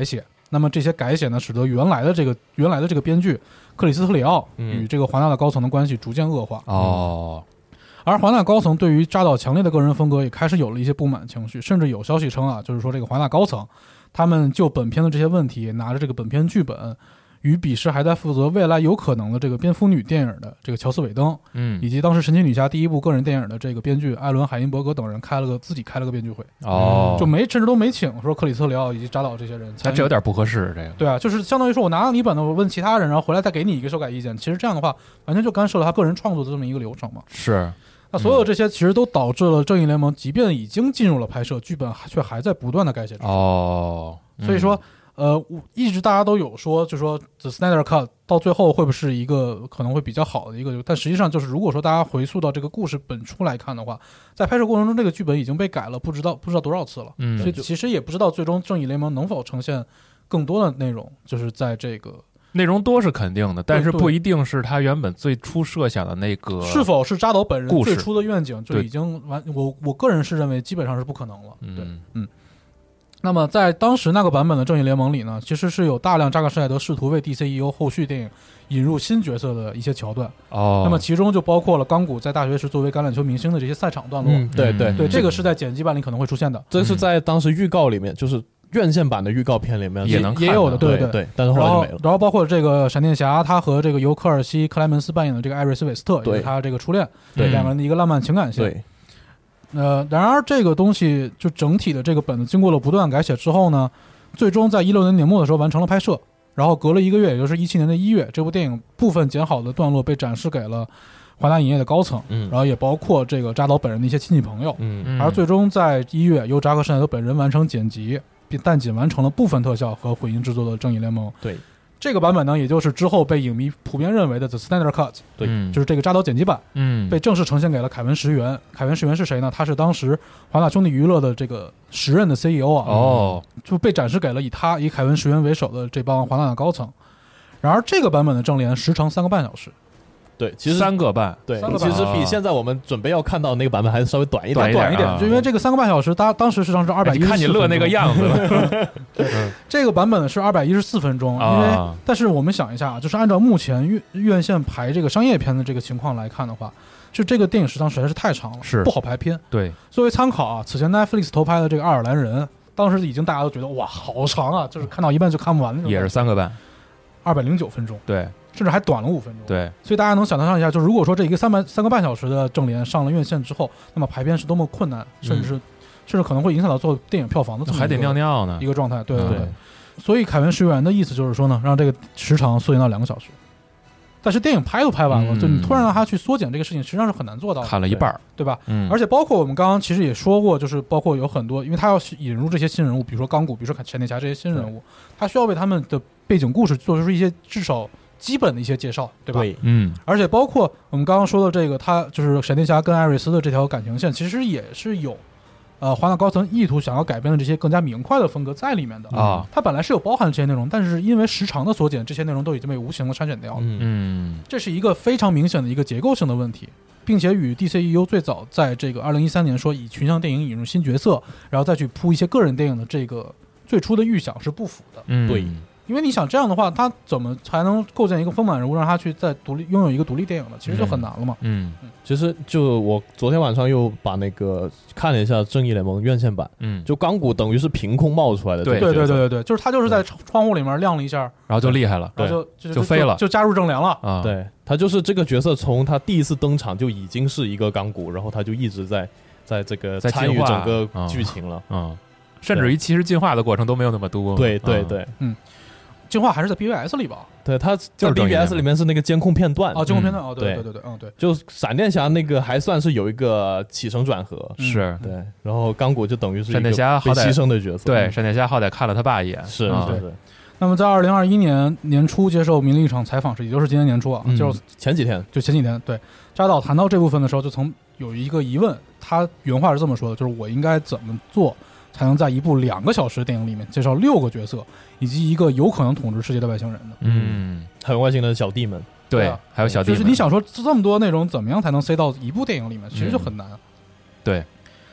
那么这些改写呢，使得原来的这个编剧克里斯特里奥与这个华纳的高层的关系逐渐恶化。而华纳高层对于扎导强烈的个人风格也开始有了一些不满情绪，甚至有消息称啊，就是说这个华纳高层他们就本片的这些问题，拿着这个本片剧本与彼时还在负责未来有可能的这个蝙蝠女电影的这个乔斯韦登，以及当时神奇女侠第一部个人电影的这个编剧艾伦海因伯格等人自己开了个编剧会，就甚至都没请说克里斯特里奥以及扎导这些人， 这有点不合适。这个对啊，就是相当于说我拿到你本的，我问其他人，然后回来再给你一个修改意见，其实这样的话完全就干涉了他个人创作的这么一个流程嘛。 是。 那所有这些其实都导致了正义联盟即便已经进入了拍摄，剧本却还在不断的改写之中。所以说一直大家都有说，就说 The Snyder Cut 到最后会不会是一个可能会比较好的一个，但实际上就是如果说大家回溯到这个故事本初来看的话，在拍摄过程中这个剧本已经被改了不知道多少次了，所以其实也不知道最终正义联盟能否呈现更多的内容，就是在这个内容多是肯定的，但是不一定是他原本最初设想的那个， 是否是扎导本人最初的愿景就已经完，我个人是认为基本上是不可能了。那么在当时那个版本的正义联盟里呢，其实是有大量扎克施奈德试图为 DCEU 后续电影引入新角色的一些桥段。那么其中就包括了钢骨在大学时作为橄榄球明星的这些赛场段落。对，这个是在剪辑版里可能会出现的。 这是在当时预告里面，就是院线版的预告片里面也有的，对， 但是后来就没了。 然后包括这个闪电侠，他和这个由科尔西·克莱门斯扮演的这个艾瑞斯·韦斯特，也是他这个初恋，两个人的一个浪漫情感线。 对。 然而这个东西就整体的这个本子经过了不断改写之后呢，最终在16年年末的时候完成了拍摄，然后隔了1个月，也就是17年的1月，这部电影部分剪好的段落被展示给了华纳影业的高层，然后也包括这个扎导本人的一些亲戚朋友，而最终在1月由扎克施奈德本人完成剪辑，但仅完成了部分特效和混音制作的正义联盟。 对。 这个版本呢，也就是之后被影迷普遍认为的 The Snyder Cut， 对， 就是这个扎导剪辑版，被正式呈现给了凯文·石原。凯文·石原是谁呢？他是当时华纳兄弟娱乐的这个时任的 CEO 啊，就被展示给了以凯文·石原为首的这帮华纳的高层。然而这个版本的正联时长3个半小时。 对，其实 3个半， 对，其实比现在我们准备要看到那个版本还是稍微短一点， 就因为这个3个半小时，当时时长是214分钟。 看你乐那个样子了。 这个版本是214分钟，因为但是我们想一下，就是按照目前院线排这个商业片的这个情况来看的话，就这个电影时长实在是太长了， 是不好排片。 对， 作为参考啊，此前 Netflix 投拍的这个《爱尔兰人》，当时已经大家都觉得哇，好长啊，就是看到一半就看不完那种。 也是3个半 ，209分钟。 对。 甚至还短了5分钟， 对， 所以大家能想象一下，就是如果说这一个3个半小时的正联上了院线之后，那么排片是多么困难，甚至可能会影响到做电影票房的这么还得尿尿呢一个状态。对。所以凯文·石原的意思就是说呢，让这个时长缩减到2个小时。但是电影拍都拍完了，就你突然让他去缩减这个事情，实际上是很难做到的。 看了一半， 对吧？而且包括我们刚刚其实也说过，就是包括有很多，因为他要引入这些新人物，比如说钢骨，比如说闪电侠这些新人物，他需要为他们的背景故事做出一些至少基本的一些介绍，对吧？ 对， 而且包括我们刚刚说的这个，他就是闪电侠跟艾瑞斯的这条感情线，其实也是有，华纳高层意图想要改变的这些更加明快的风格在里面的啊。它本来是有包含这些内容，但是因为时长的缩减，这些内容都已经被无情的删减掉了。这是一个非常明显的一个结构性的问题，并且与 DCEU 最早在这个2013年说以群像电影引入新角色，然后再去铺一些个人电影的这个最初的预想是不符的。 对。 因为你想这样的话，他怎么才能构建一个丰满人物，让他去再拥有一个独立电影呢？其实就很难了嘛。 其实就我昨天晚上又把那个看了一下《正义联盟》院线版，就钢骨等于是凭空冒出来的。 对，就是他就是在窗户里面亮了一下， 然后就厉害了， 然后就飞了， 就加入正联了啊。 对，他就是这个角色从他第一次登场就已经是一个钢骨，然后他就一直在这个参与整个剧情了甚至于其实进化的过程都没有那么多。 对， 进化还是在 BVS 里吧？ 对，他在 BVS 里面是那个监控片段监控片段对，对， 就闪电侠那个还算是有一个起承转合， 是对，然后钢骨就等于是闪电侠被牺牲的角色， 对，闪电侠好歹看了他爸一眼， 是。 那么在2021年年初接受明利一场采访时，也就是今年年初啊，就是前几天， 对，扎导谈到这部分的时候，就曾有一个疑问，他原话是这么说的，就是我应该怎么做才能在一部2个小时的电影里面介绍6个角色，以及一个有可能统治世界的外星人的？ 还有外星人的小弟们， 对，还有小弟们， 就是你想说这么多内容怎么样才能塞到一部电影里面，其实就很难。 对，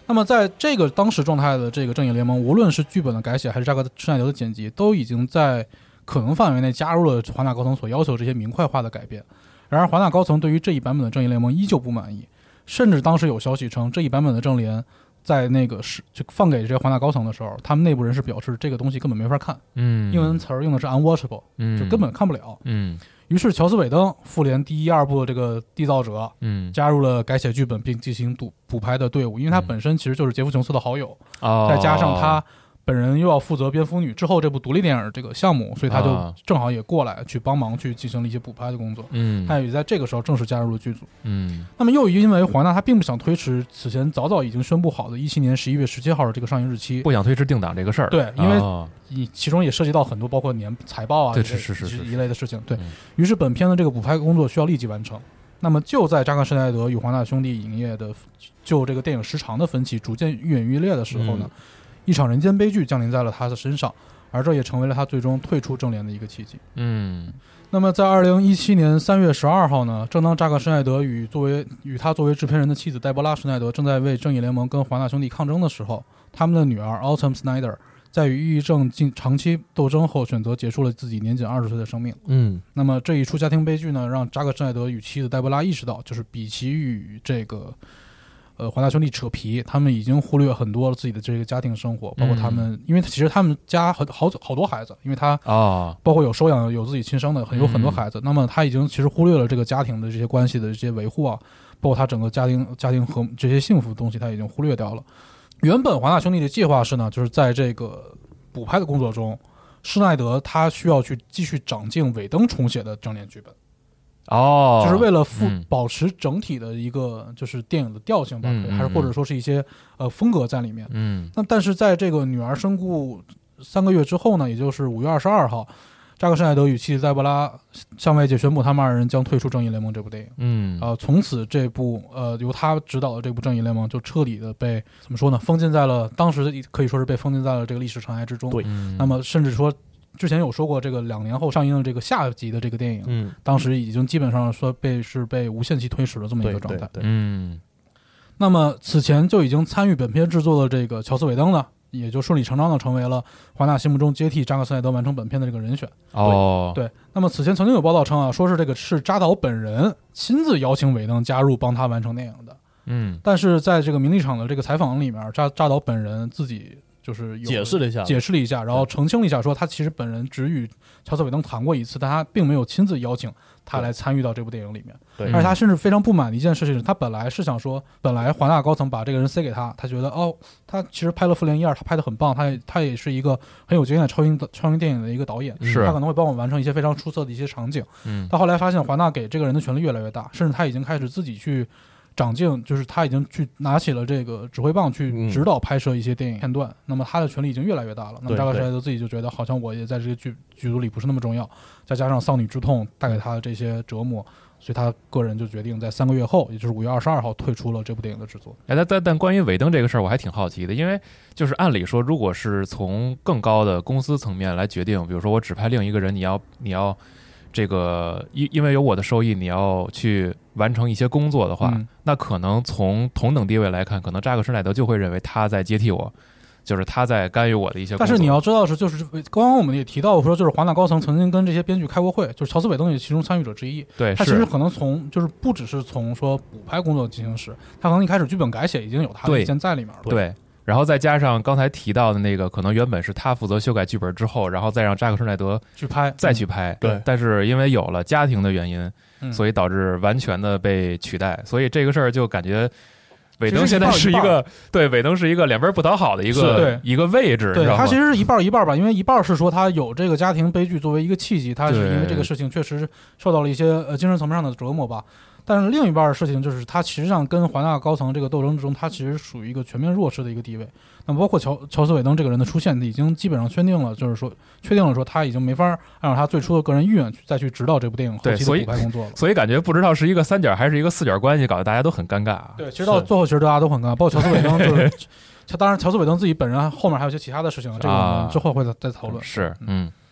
那么在这个当时状态的这个正义联盟，无论是剧本的改写还是扎克施耐德的剪辑，都已经在可能范围内加入了华纳高层所要求这些明快化的改变。然而华纳高层对于这一版本的正义联盟依旧不满意，甚至当时有消息称这一版本的正联在那个就放给这些华纳高层的时候，他们内部人士表示这个东西根本没法看，英文词儿用的是 unwatchable，就根本看不了。于是乔斯韦登复联第1、2部的这个缔造者，加入了改写剧本并进行补拍的队伍，因为他本身其实就是杰夫琼斯的好友，再加上他本人又要负责蝙蝠女之后这部独立电影这个项目，所以他就正好也过来去帮忙去进行了一些补拍的工作。他也在这个时候正式加入了剧组。那么又因为华纳他并不想推迟此前早已经宣布好的17年11月17号的这个上映日期， 不想推迟定档这个事儿。 对，因为其中也涉及到很多包括年财报啊一类的事情。对，于是本片的这个补拍工作需要立即完成。那么就在扎克施耐德与华纳兄弟影业的就这个电影时长的分歧逐渐愈演愈烈的时候呢，一场人间悲剧降临在了他的身上，而这也成为了他最终退出正联的一个契机。那么在2017年3月12号呢，正当扎克施耐德与他作为制片人的妻子黛博拉施耐德正在为正义联盟跟华纳兄弟抗争的时候，他们的女儿 Autumn Snyder 在与抑郁症长期斗争后选择结束了自己年仅20岁的生命。那么这一出家庭悲剧呢，让扎克施耐德与妻子黛博拉意识到，就是比起与这个华纳兄弟扯皮，他们已经忽略很多了自己的这个家庭生活，包括他们，因为其实他们家好多孩子，因为他包括有收养有自己亲生的，有很多孩子，那么他已经其实忽略了这个家庭的这些关系的这些维护啊，包括他整个家庭和这些幸福的东西他已经忽略掉了。原本华纳兄弟的计划是呢，就是在这个补拍的工作中，施耐德他需要去继续长进尾灯重写的正联剧本。就是为了保持整体的一个就是电影的调性吧，还是或者说是一些风格在里面。但是在这个女儿身故3个月之后呢，也就是5月22号，扎克施耐德与妻子黛博拉向外界宣布，他们2人将退出正义联盟这部电影。从此这部由他执导的这部正义联盟就彻底的被怎么说呢，封禁在了当时可以说是被封禁在了这个历史尘埃之中。那么甚至说之前有说过，这个2年后上映的这个下集的这个电影，当时已经基本上说被无限期推迟了这么一个状态。那么此前就已经参与本片制作的这个乔斯韦登呢，也就顺理成章的成为了华纳心目中接替扎克施耐德完成本片的这个人选。对。那么此前曾经有报道称啊，说是这个是扎导本人亲自邀请韦登加入帮他完成电影的。但是在这个名利场的这个采访里面，扎导本人自己就是解释了一下，然后澄清了一下，说他其实本人只与乔斯韦登谈过一次，但他并没有亲自邀请他来参与到这部电影里面。而且他甚至非常不满的一件事情是，他本来是想说，本来华纳高层把这个人塞给他，他觉得他其实拍了复联1、2，他拍得很棒，他也是一个很有经验的超英电影的一个导演，他可能会帮我完成一些非常出色的一些场景。但后来发现华纳给这个人的权力越来越大，甚至他已经开始自己去长进，就是他已经去拿起了这个指挥棒去指导拍摄一些电影片段，那么他的权力已经越来越大了。那么扎克施耐德自己就觉得好像我也在这个剧组里不是那么重要，再加上丧女之痛带给他的这些折磨，所以他个人就决定在3个月后，也就是5月22号退出了这部电影的制作。 但关于尾灯这个事儿我还挺好奇的，因为就是按理说，如果是从更高的公司层面来决定，比如说我指派另一个人，你要这个因为有我的收益，你要去完成一些工作的话，那可能从同等地位来看，可能扎克施耐德就会认为他在接替我，就是他在干预我的一些工作。 但是你要知道就是刚刚我们也提到说，就是华纳高层曾经跟这些编剧开过会，就是乔斯韦登也其中参与者之一。 对， 他其实可能就是不只是从说补拍工作进行时，他可能一开始剧本改写已经有他的意见在里面了。 对。然后再加上刚才提到的那个，可能原本是他负责修改剧本之后，然后再让扎克施耐德再去拍。 对。 但是因为有了家庭的原因，所以导致完全的被取代。所以这个事儿就感觉尾灯现在是一个尾灯是一个两边不讨好的一个位置。 对，他其实是一半一半吧，因为一半是说他有这个家庭悲剧作为一个契机，他是因为这个事情确实受到了一些精神层面上的折磨吧。但是另一半的事情就是，他其实上跟华纳高层这个斗争之中，他其实属于一个全面弱势的一个地位。那么包括乔斯韦登这个人的出现，已经基本上确定了说他已经没法按照他最初的个人意愿再去指导这部电影后期的补拍工作了。 所以感觉不知道是一个三角还是一个四角关系，搞得大家都很尴尬。 对，其实到最后其实大家都很尴尬，包括乔斯韦登就是当然乔斯韦登自己本人后面还有一些其他的事情，这个我们之后会再讨论。 是，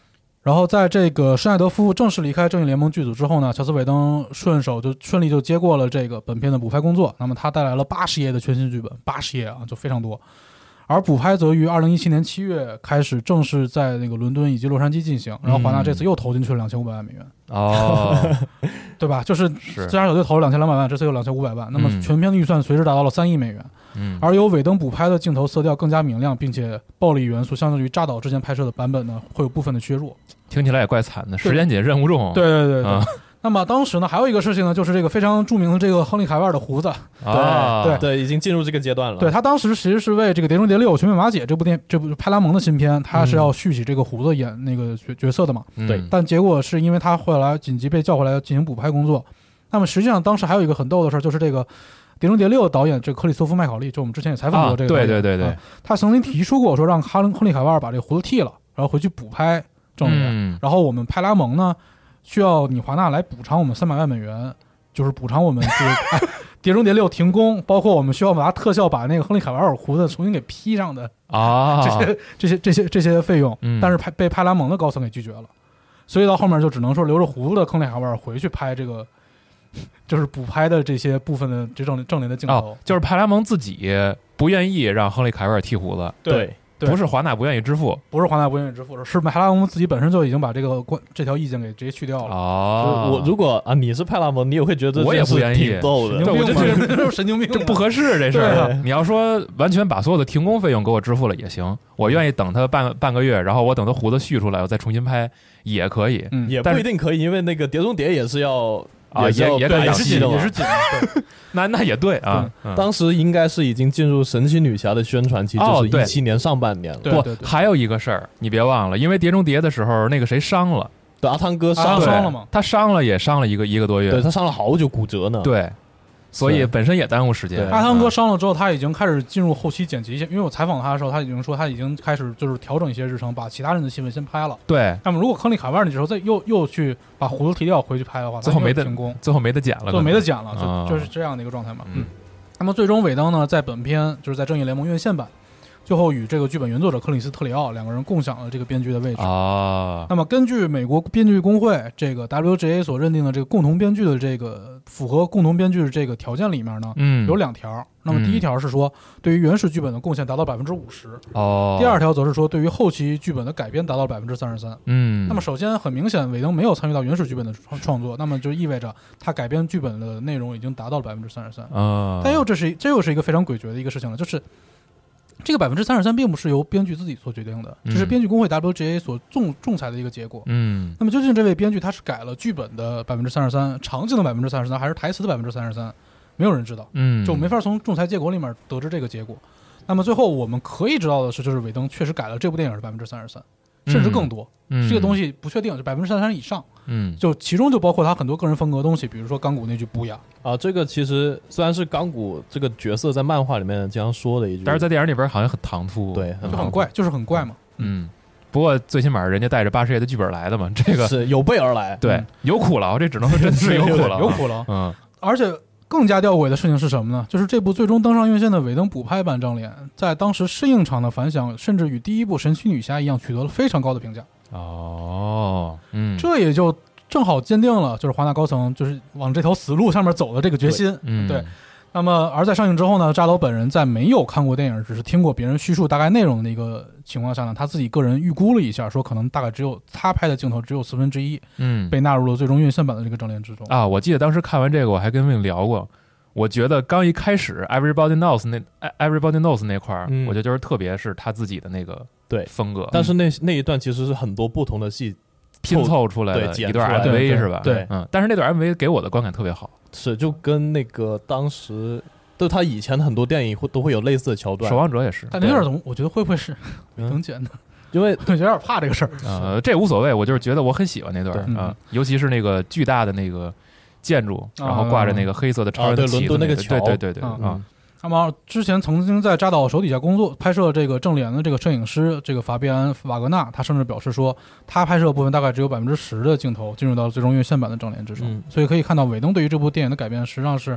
然后在这个施耐德夫妇正式离开正义联盟剧组之后呢，乔斯·韦登顺利就接过了这个本片的补拍工作。那么他带来了80页的全新剧本，80页啊，就非常多。而补拍则于2017年7月开始正式在那个伦敦以及洛杉矶进行。然后华纳这次又投进去了2500万美元。 哦， 对吧？就是自杀小队投了2200万，这次有2500万，那么全片的预算随之达到了3亿美元。而由韦登补拍的镜头色调更加明亮，并且暴力元素相对于扎导之前拍摄的版本呢，会有部分的削弱。 听起来也怪惨的，时间紧，任务重。 对。那么当时呢，还有一个事情呢，就是这个非常著名的这个亨利·凯维尔的胡子， 对，已经进入这个阶段了。 对，他当时其实是为这个《碟中谍6：全面瓦解》这部派拉蒙的新片，他是要续起这个胡子演那个角色的嘛。 对， 但结果是因为他后来紧急被叫回来进行补拍工作。那么实际上当时还有一个很逗的事，就是这个《碟中谍6》导演这个克里斯托弗·麦考利，就我们之前也采访过这个导演， 对， 他曾经提出过说让亨利·凯维尔把这个胡子剃了，然后回去补拍正脸，然后我们派拉蒙呢需要你华纳来补偿我们300万美元，就是补偿我们这个碟中谍6停工，包括我们需要拿特效把那个亨利·凯维尔胡子重新给 P 上的这些费用，但是被派拉蒙的高层给拒绝了，所以到后面就只能说留着胡子的亨利·凯维尔回去拍这个就是补拍的这些部分的这正脸的镜头。 就是派拉蒙自己不愿意让亨利·凯维尔剃胡子。 对， 不是华纳不愿意支付， 是派拉蒙自己本身就已经把这条意见给直接去掉了。 我如果你是派拉蒙，你也会觉得我也不愿意， 挺逗的。 我就觉得这神经病， 这不合适这事儿。你要说完全把所有的停工费用给我支付了也行，我愿意等他半个月，然后我等他胡子续出来，我再重新拍也可以。 也不一定可以，因为那个《碟中谍》也是要。 也是紧的， 那也对啊。 当时应该是已经进入神奇女侠的宣传期，就是17年上半年了。 对， 还有一个事儿，你别忘了，因为《碟中谍》的时候，那个谁伤了， 对，阿汤哥伤了吗？ 他伤了也伤了一个多月， 对他伤了好久，骨折呢。 对。所以本身也耽误时间。 阿汤哥伤了之后，他已经开始进入后期剪辑，因为我采访他的时候，他已经说他已经开始就是调整一些日程，把其他人的戏份先拍了。 对。 那么如果亨利·凯维尔那时候再又去把胡子剃掉回去拍的话， 最后没得剪了，就是这样的一个状态嘛。那么最终韦登呢，在本片就是在正义联盟院线版，最后与这个剧本原作者克里斯·特里奥两个人共享了这个编剧的位置啊。 那么根据美国编剧工会这个 WGA 所认定的这个共同编剧的这个符合共同编剧的这个条件里面呢，有2条。那么第一条是说，对于原始剧本的贡献达到50%，第二条则是说，对于后期剧本的改编达到33%。那么首先很明显，韦登没有参与到原始剧本的创作，那么就意味着他改编剧本的内容已经达到了33%。但这又是一个非常诡谲的一个事情了，就是这个33%并不是由编剧自己所决定的，这是编剧工会 WGA 所仲裁的一个结果。那么究竟这位编剧他是改了剧本的33%，场景的33%，还是台词的33%？没有人知道，就没法从仲裁结果里面得知这个结果。那么最后我们可以知道的是，就是韦登确实改了这部电影的33%，甚至更多。这个东西不确定，就33%以上。就其中就包括他很多个人风格的东西，比如说钢骨那句不雅啊，这个其实虽然是钢骨这个角色在漫画里面经常说的一句， 但是在电影里边好像很唐突， 对， 就很怪，就是很怪嘛。 不过最起码人家带着80页的剧本来的嘛，这个是有备而来， 对，有苦劳，这只能说真的是有苦劳， 有苦劳。而且更加吊诡的事情是什么呢？就是这部最终登上院线的韦登补拍版正脸，在当时试映场的反响，甚至与第一部神奇女侠一样，取得了非常高的评价。这也就正好坚定了就是华纳高层就是往这条死路上面走的这个决心。对。那么而在上映之后呢，扎导本人在没有看过电影，只是听过别人叙述大概内容的一个情况下呢，他自己个人预估了一下，说可能大概只有他拍的镜头只有1/4，被纳入了最终院线版的这个正脸之中啊。我记得当时看完这个，我还跟Wing聊过，我觉得刚一开始 Everybody Knows 那块儿，我觉得就是特别是他自己的那个风格， 但是那一段其实是很多不同的戏拼凑出来的一段 MV 是吧？ 对， 但是那段 MV 给我的观感特别好。 是，就跟那个当时就他以前很多电影都会有类似的桥段， 守望者也是。 但那段我觉得会不会是更简单？ 因为我有点怕这个事儿。 这无所谓，我就是觉得我很喜欢那段尤其是那个巨大的那个建筑，然后挂着那个黑色的超人的旗子， 伦敦那个桥， 对那么之前曾经在扎导手底下工作拍摄这个正脸的这个摄影师这个法比安·瓦格纳，他甚至表示说，他拍摄部分大概只有10%的镜头进入到最终院线版的正脸之中。所以可以看到，韦登对于这部电影的改编实际上是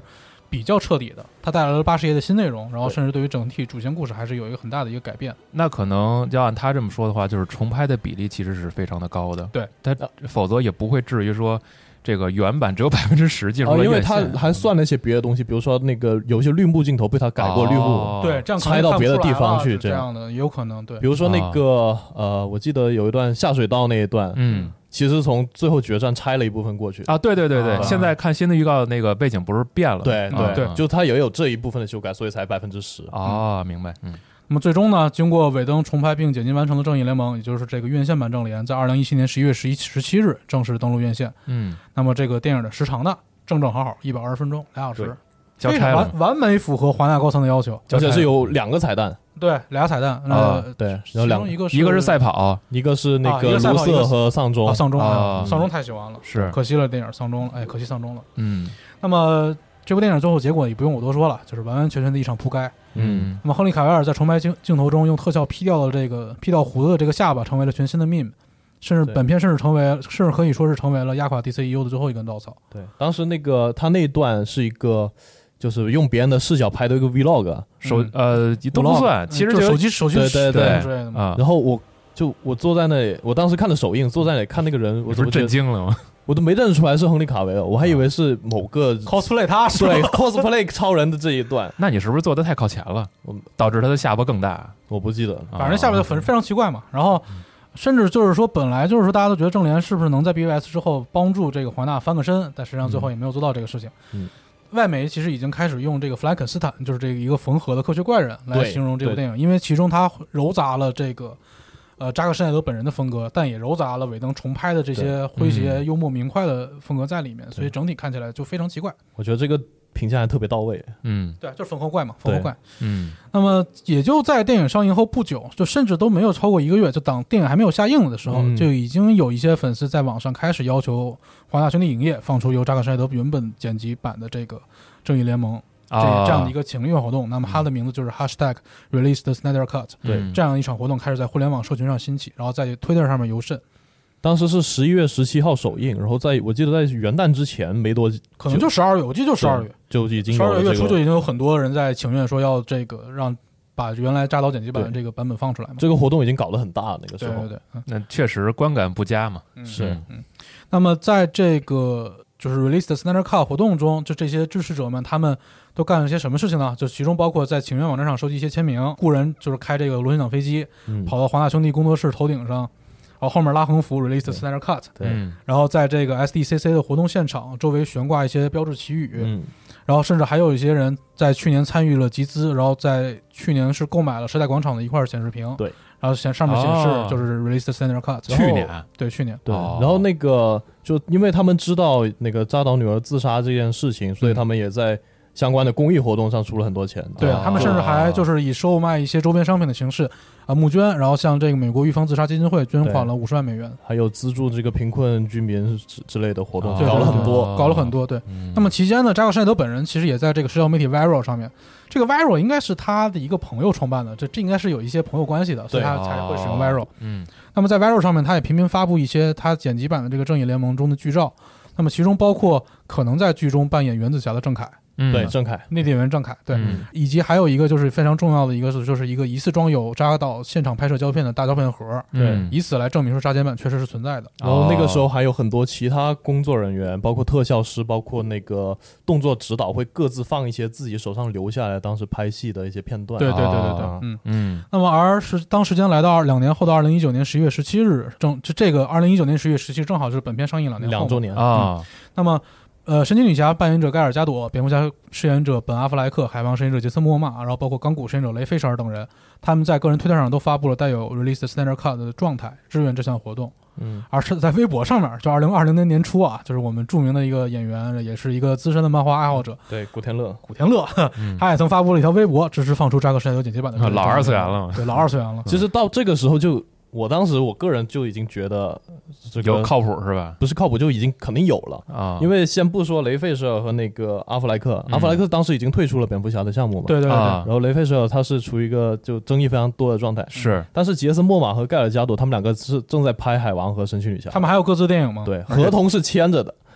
比较彻底的，它带来了80页的新内容，然后甚至对于整体主线故事还是有一个很大的一个改变。 那可能要按他这么说的话，就是重拍的比例其实是非常的高的。 对， 他否则也不会至于说这个原版只有10%进入了院线， 因为他还算了一些别的东西，比如说那个有一些绿幕镜头被他改过绿幕， 对，这样拆到别的地方去， 这样的也有可能。对， 比如说那个我记得有一段下水道那一段，其实从最后决战拆了一部分过去啊，对，现在看新的预告，那个背景不是变了？ 对，就它也有这一部分的修改，所以才10%。 啊，明白。 那么最终呢，经过尾灯重拍并剪辑完成的正义联盟，也就是这个院线版正联，在2017年11月17日正式登陆院线。那么这个电影的时长呢，正好120分钟，2小时，非常完美符合华纳高层的要求， 而且是有2个彩蛋。 对，2彩蛋对，然后一个是赛跑， 一个是那个卢瑟和丧钟。 丧钟太喜欢了， 是可惜了电影丧钟，可惜丧钟了。那么这部电影最后结果也不用我多说了，就是完完全全的一场扑街。那么亨利·卡维尔在重拍镜头中用特效劈掉胡子的这个下巴，成为了全新的 meme， 甚至本片甚至可以说是成为了压垮 DCEU 的最后一根稻草。 对，当时他那一段是一就是用别人的视角拍的一个 vlog， 都不算，其实就手机对之类的然后我坐在那里，我当时看的首映，坐在那里看那个人，我不是震惊了吗？ 我都没认出来是亨利·卡维尔，我还以为是某个 cosplay 他是对 cosplay 超人的这一段。 那你是不是坐得太靠前了，导致他的下巴更大？ 我不记得， 反正下巴就非常奇怪嘛。然后甚至就是说，本来就是说大家都觉得正联是不是能在 BVS 之后帮助这个华纳翻个身，但实际上最后也没有做到这个事情。外媒其实已经开始用这个弗兰肯斯坦，就是这个一个缝合的科学怪人来形容这部电影，因为其中它糅杂了这个扎克施耐德本人的风格，但也糅杂了尾灯重拍的这些诙谐幽默明快的风格在里面，所以整体看起来就非常奇怪。 我觉得这个评价还特别到位。 对，就是缝合怪嘛，缝合怪。那么也就在电影上映后不久，就甚至都没有超过1个月，就当电影还没有下映的时候，就已经有一些粉丝在网上开始要求华纳兄弟影业放出由扎克施耐德原本剪辑版的这个正义联盟这样的一个请愿活动。那么它的名字就是 #Release the Snyder Cut。对，这样一场活动开始在互联网社群上兴起，然后在推特上面游甚。 当时是11月17号首映，然后我记得在元旦之前没多久， 可能就12月，我记得就12月就已经 12月初就已经有很多人在请愿说要这个让把原来扎导剪辑版的这个版本放出来嘛。 这个活动已经搞得很大，那个时候。 对， 那确实观感不佳嘛。 是。 那么在这个就是 Release the Snyder Cut 活动中，就这些支持者们他们都干了些什么事情呢？就其中包括在请愿网站上收集一些签名，雇人就是开这个螺旋桨飞机，跑到华纳兄弟工作室头顶上。然后后面拉横幅 Release the Snyder Cut， 对， 然后在这个 SDCC 的活动现场周围悬挂一些标志旗语，然后甚至还有一些人在去年参与了集资，然后在去年是购买了时代广场的一块显示屏， 对， 然后上面显示就是 Release the Snyder Cut， 去年对，然后那个就因为他们知道那个扎导女儿自杀这件事情，所以他们也在相关的公益活动上出了很多钱。 对，他们甚至还就是以售卖一些周边商品的形式募捐，然后向这个美国预防自杀基金会捐款了50万美元， 还有资助这个贫困居民之类的活动，搞了很多。对， 那么期间呢，扎克施耐德本人其实也在这个社交媒体 Viral 上面，这个 Viral 应该是他的一个朋友创办的，这应该是有一些朋友关系的，所以他才会使用 Viral。那么在 Viral 上面，他也频频发布一些他剪辑版的这个正义联盟中的剧照，那么其中包括可能在剧中扮演原子侠的郑恺。 对，郑恺， 内地演员郑恺，对，以及还有一个就是非常重要的一个就是一个疑似装有扎导现场拍摄胶片的大胶片盒， 对， 以此来证明说扎剪版确实是存在的。 然后那个时候还有很多其他工作人员，包括特效师，包括那个动作指导，会各自放一些自己手上留下来当时拍戏的一些片段。 对，那么当时间来到2年后的2019年11月17日，这个2019年11月17日正好是本片上映2 周年啊。那么神奇女侠扮演者盖尔加朵，蝙蝠侠饰演者本阿弗莱克，海王饰演者杰森莫玛，然后包括钢骨饰演者雷菲舍尔等人，他们在个人推特上都发布了带有 Release the Snyder Cut 的状态，支援这项活动。而是在微博上面，就2020年年初啊，就是我们著名的一个演员，也是一个资深的漫画爱好者， 对，古天乐， 他也曾发布了一条微博，支持放出扎克施耐德剪辑版的老二次元了， 对，老二次元了。 其实到这个时候就。当时我个人就已经觉得这个有靠谱是吧？ 不是靠谱，就已经肯定有了啊！因为先不说雷费舍尔和那个阿弗莱克，阿弗莱克当时已经退出了蝙蝠侠的项目嘛， 对， 然后雷费舍尔他是处于一个就争议非常多的状态， 是。 但是杰森莫玛和盖尔加朵他们两个是正在拍海王和神奇女侠， 他们还有各自电影吗？ 对，合同是签着的。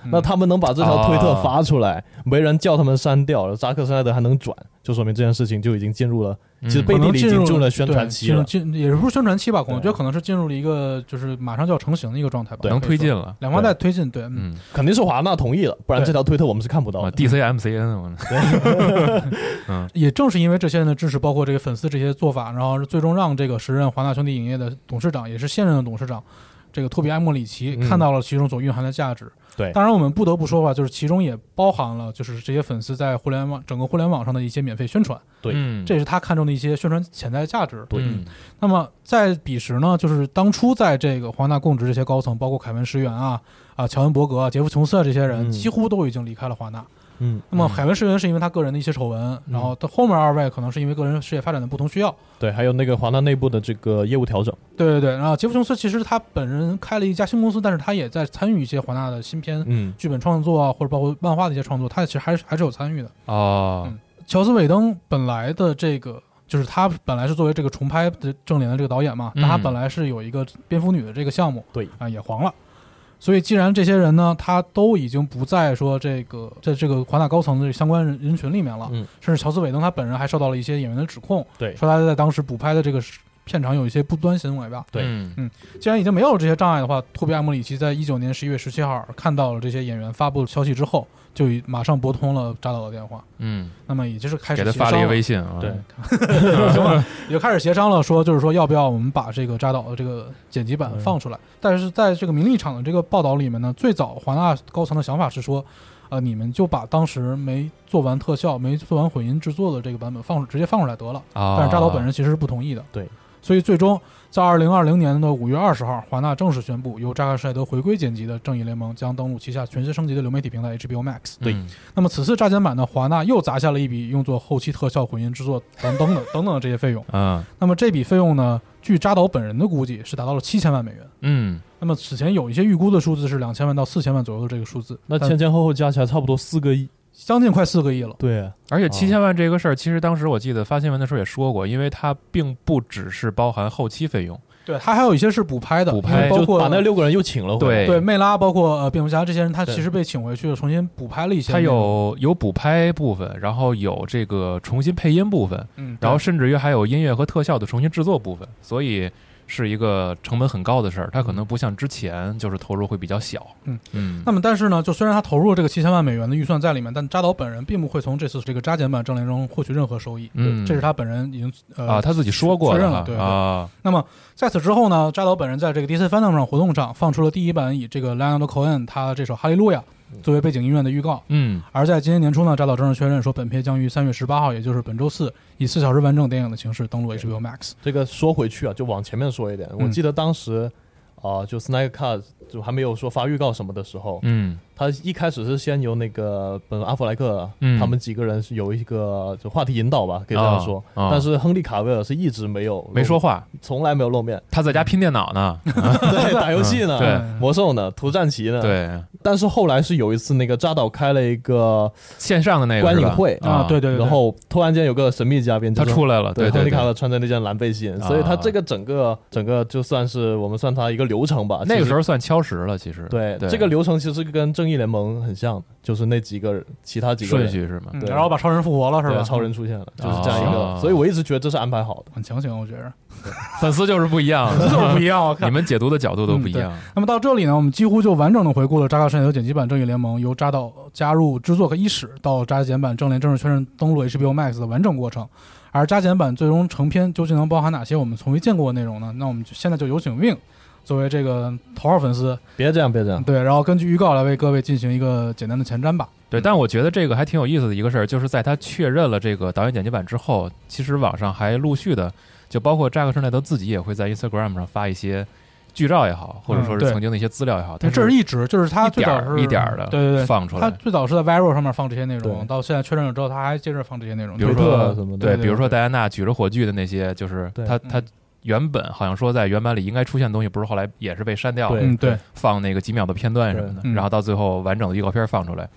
那他们能把这条推特发出来，没人叫他们删掉，扎克施耐德还能转，就说明这件事情就已经进入了，其实背地里已经进入了宣传期了， 也不是宣传期吧，我觉得可能是进入了一个就是马上就要成型的一个状态吧， 能推进了， 两方在推进，对， 肯定是华纳同意了，不然这条推特我们是看不到的。 DCMCN， 也正是因为这些人的支持，包括这个粉丝这些做法，然后最终让这个时任华纳兄弟影业的董事长，也是现任的董事长，这个托比·埃莫里奇看到了其中所蕴含的价值。 对， 当然我们不得不说吧，就是其中也包含了就是这些粉丝在整个互联网上的一些免费宣传。 对， 这也是他看中的一些宣传潜在价值。 对， 那么在彼时呢，就是当初在这个华纳供职这些高层，包括凯文·石原乔恩·伯格杰夫·琼斯这些人，几乎都已经离开了华纳。那么凯文·石原是因为他个人的一些丑闻，然后到后面二位可能是因为个人事业发展的不同需要。 对，还有那个华纳内部的这个业务调整。 对，然后杰夫·琼斯其实他本人开了一家新公司，但是他也在参与一些华纳的新片剧本创作或者包括漫画的一些创作，他其实还是有参与的。乔斯·韦登本来的这个就是他本来是作为这个重拍的正联的这个导演嘛，但他本来是有一个蝙蝠女的这个项目， 对也黄了。所以既然这些人呢，他都已经不在说在这个华纳高层的相关人群里面了，甚至乔斯·韦登他本人还受到了一些演员的指控， 对， 说他在当时补拍的这个片场有一些不端行为吧。 对， 既然已经没有这些障碍的话，托比·埃莫里奇在19年11月17号看到了这些演员发布消息之后，就马上拨通了扎导的电话。那么也就是开始给他发了一个微信啊， 对，行吧，也开始协商了，就是说要不要我们把这个扎导的这个剪辑版放出来。但是在这个名利场的这个报道里面呢，最早华纳高层的想法是说，你们就把当时没做完特效、没做完混音制作的这个版本直接放出来得了。但是扎导本人其实是不同意的。 对。 所以最终在2020年的5月20号，华纳正式宣布，由扎克施耐德回归剪辑的《正义联盟》将登陆旗下全新升级的流媒体平台 HBO Max。 对， 那么此次扎剪版呢，华纳又砸下了一笔用作后期特效、混音制作等等这些费用。那么这笔费用呢，据扎导本人的估计是达到了7000万美元。那么此前有一些预估的数字是2000万到4000万左右的这个数字， 那前后加起来差不多4个亿。 将近快4个亿了。 对， 而且7000万这个事儿，其实当时我记得发新闻的时候也说过，因为它并不只是包含后期费用， 对，它还有一些是补拍的， 包括把那6个人又请了回来。 对，魅拉包括蝙蝠侠这些人，他其实被请回去了，重新补拍了一些。 它有补拍部分，然后有这个重新配音部分，然后甚至于还有音乐和特效的重新制作部分，所以是一个成本很高的事儿，它可能不像之前就是投入会比较小。 那么但是呢，就虽然他投入了这个7000万美元的预算在里面，但扎导本人并不会从这次这个扎剪版正联中获取任何收益。这是他本人已经他自己说过确认了。对。那么在此之后呢，扎导本人在这个 DC Fandom 上活动上放出了第一版以这个 Leonard Cohen 他这首《哈利路亚》作为背景音乐的预告。而在今年年初呢，扎导正式确认说，本片将于3月18号，也就是本周四，以4小时完整电影的形式登陆 HBO Max。 这个说回去就往前面说一点，我记得当时就 Snyder Cut 就还没有说发预告什么的时候，他一开始是先由那个阿弗莱克他们几个人是有一个就话题引导吧，可以这样说。但是亨利卡维尔是一直没说话，从来没有露面。 他在家拼电脑呢， 对，打游戏呢， 对， 魔兽呢，涂战旗呢， 对。 但是后来是有一次那个扎导开了一个线上的那个观影会对， 然后突然间有个神秘嘉宾他出来了，对， 亨利卡维尔穿着那件蓝背心，所以他这个整个就算是我们算他一个流程吧， 那个时候算敲实了，其实对这个流程其实跟正义联盟很像的，就是那其他几个人顺序是吗？ 然后把超人复活了是吧？ 超人出现了，就是这样一个，所以我一直觉得这是安排好的， 很强行，我觉得粉丝就是不一样， 就是不一样，我看你们解读的角度都不一样。 那么到这里呢，我们几乎就完整的回顾了扎克施耐德剪辑版正义联盟由扎导加入制作和伊始到扎剪版正联正式确认登陆 HBO Max 的完整过程。而扎剪版最终成片究竟能包含哪些我们从未见过的内容呢？那我们现在就有请 Wing 作为这个头号粉丝， 别这样， 对，然后根据预告来为各位进行一个简单的前瞻吧。 对，但我觉得这个还挺有意思的一个事儿，就是在他确认了这个导演剪辑版之后，其实网上还陆续的，就包括扎克施耐德自己也会在 Instagram 上发一些剧照也好，或者说是曾经的一些资料也好， 这是一直就是他最早是一点的对放出来， 他最早是在 Vero 上面放这些内容，到现在确认了之后，他还接着放这些内容， 比如说什么的， 比如说戴安娜举着火炬的那些，就是他原本好像说在原版里应该出现的东西，不是后来也是被删掉了， 对， 放那个几秒的片段什么的，然后到最后完整的预告片放出来。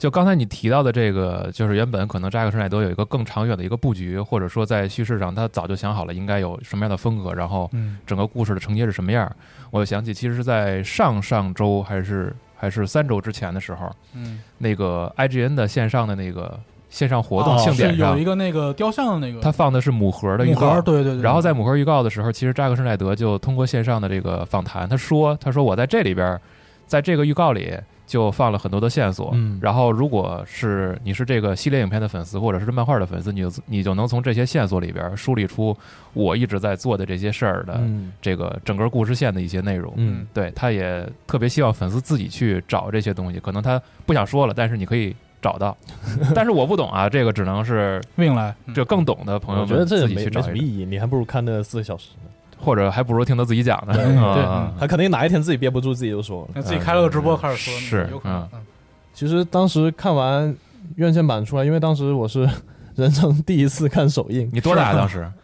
就刚才你提到的这个，就是原本可能扎克施耐德有一个更长远的一个布局，或者说在叙事上他早就想好了应该有什么样的风格，然后整个故事的承接是什么样。我就想起，其实是在上周还是3周之前的时候，那个 IGN 的线上的那个线上活动庆典上， 有一个那个雕像的那个， 他放的是母盒的预告， 对对对。 然后在母盒预告的时候，其实扎克施耐德就通过线上的这个访谈，他说我在这里边，在这个预告里就放了很多的线索，然后如果是你是这个系列影片的粉丝或者是漫画的粉丝，你就能从这些线索里边梳理出我一直在做的这些事儿的这个整个故事线的一些内容。对，他也特别希望粉丝自己去找这些东西，可能他不想说了，但是你可以找到。但是我不懂啊，这个只能是命来， 这更懂的朋友们自己去找。 我觉得这没什么意义，你还不如看那4个小时呢。 或者还不如听他自己讲呢。 对， 他肯定哪一天自己憋不住，自己就说了， 自己开了个直播开始说， 是有可能。 其实当时看完院线版出来，因为当时我是人生第一次看首映。 你多大当时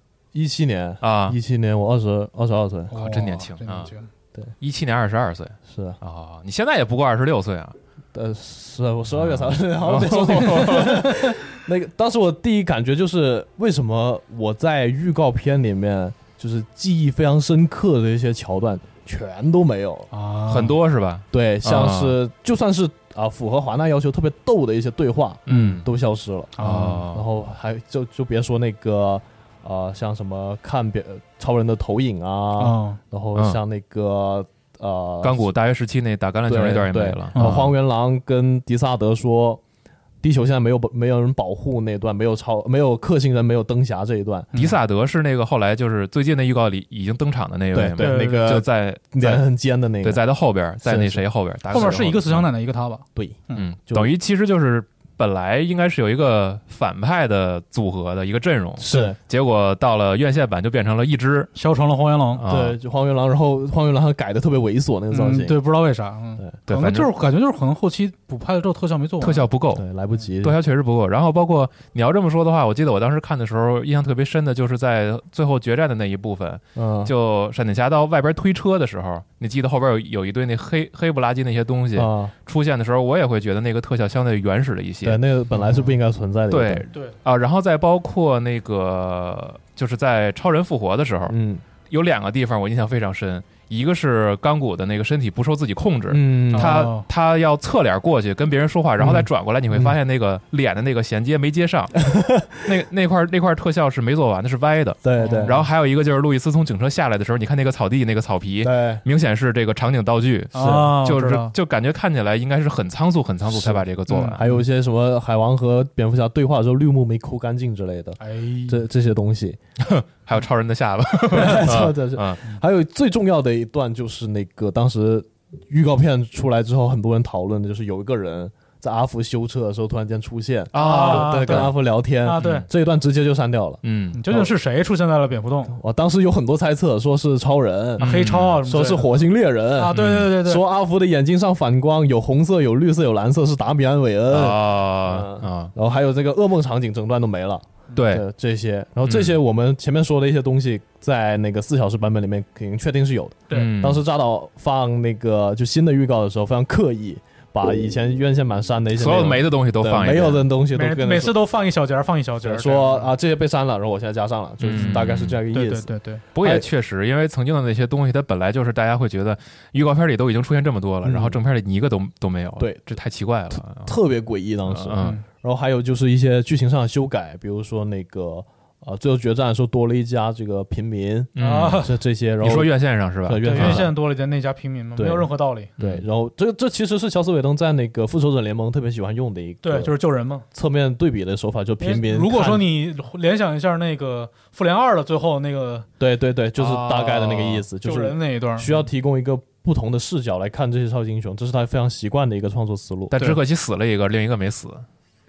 ？17年啊 ，17年我22岁， 哇，真年轻啊！ 对 ，17年22岁， 是啊， 哦，你现在也不过26岁啊。 是我12月才，好像没说错。那个当时我第一感觉就是，为什么我在预告片里面就是记忆非常深刻的一些桥段全都没有啊？ 很多是吧？ 对，像是就算是符合华纳要求特别逗的一些对话，都消失了啊。 然后还就别说那个像什么看超人的投影啊，然后像那个。 钢骨大约17那打橄榄球那段也没了。 荒原狼跟迪萨德说，地球现在没有人保护那段，没有克星人，没有灯侠这一段。 迪萨德是那个后来就是最近的预告里已经登场的那位， 对，那个就在脸很尖的那个， 对，在他后边，在那谁后边， 后面是一个死强奶奶，一个他吧？ 对， 等于其实就是。本来应该是有一个反派的组合的一个阵容， 是， 结果到了院线版就变成了一只， 消成了荒原狼， 对，就荒原狼，然后荒原狼还改的特别猥琐那个造型， 对，不知道为啥， 对， 可能就是感觉就是可能后期补拍了之后特效没做完， 特效不够， 对，来不及， 特效确实不够。然后包括你要这么说的话，我记得我当时看的时候印象特别深的就是在最后决战的那一部分，就闪电侠到外边推车的时候，你记得后边有一堆那黑不拉几那些东西出现的时候，我也会觉得那个特效相对原始了一些， 对，那个本来是不应该存在的。 对然后再包括那个就是在超人复活的时候，有2个地方我印象非常深，一个是钢骨的那个身体不受自己控制，他要侧脸过去跟别人说话，然后再转过来，你会发现那个脸的那个衔接没接上，那块特效是没做完的，是歪的。 对对。 然后还有一个就是路易斯从警车下来的时候，你看那个草地那个草皮， 对， 明显是这个场景道具，就感觉看起来应该是很仓促才把这个做完。 还有一些什么海王和蝙蝠侠对话的时候绿幕没抠干净之类的，这些东西。 还有超人的下巴还有最重要的一段就是那个当时预告片出来之后很多人讨论的就是有一个人在阿福修车的时候突然间出现对，跟阿福聊天对， 这一段直接就删掉了。 究竟是谁出现在了蝙蝠洞？ 我当时有很多猜测，说是超人、 黑超， 说是火星猎人啊，对， 说阿福的眼睛上反光，有红色、有绿色、有蓝色，是达米安·韦恩然后还有这个噩梦场景，整段都没了。 对这些，然后这些我们前面说的一些东西，在那个4小时版本里面肯定确定是有的。 对， 当时扎导放那个就新的预告的时候，非常刻意把以前院线版删的一些所有没的东西都放一遍， 没有的东西都每次都放一小节， 说这些被删了，然后我现在加上了，就是大概是这样一个意思。 对。 不过也确实，因为曾经的那些东西，它本来就是大家会觉得预告片里都已经出现这么多了，然后正片里你一个都没有， 对， 这太奇怪了， 特别诡异当时。然后还有就是一些剧情上的修改，比如说那个最后决战的时候多了一家这个平民这些。然后你说院线上是吧？ 对，院线多了一家那家平民吗？没有任何道理。 对，然后这其实是乔斯韦登在那个复仇者联盟特别喜欢用的一个， 对，就是救人嘛， 侧面对比的手法，就平民。 如果说你联想一下那个复联2的最后那个， 对，就是大概的那个意思，就是救人那一段需要提供一个不同的视角来看这些超级英雄，这是他非常习惯的一个创作思路。 但只可惜死了一个，另一个没死。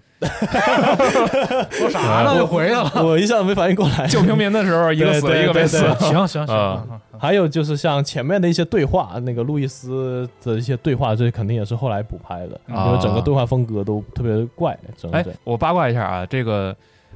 说啥呢？就回去了。 我一下没反应过来。 救平民的时候，一个死了，一个没死。 行。 还有就是像前面的一些对话，那个路易斯的一些对话，这肯定也是后来补拍的，因为整个对话风格都特别怪。 我八卦一下啊，这个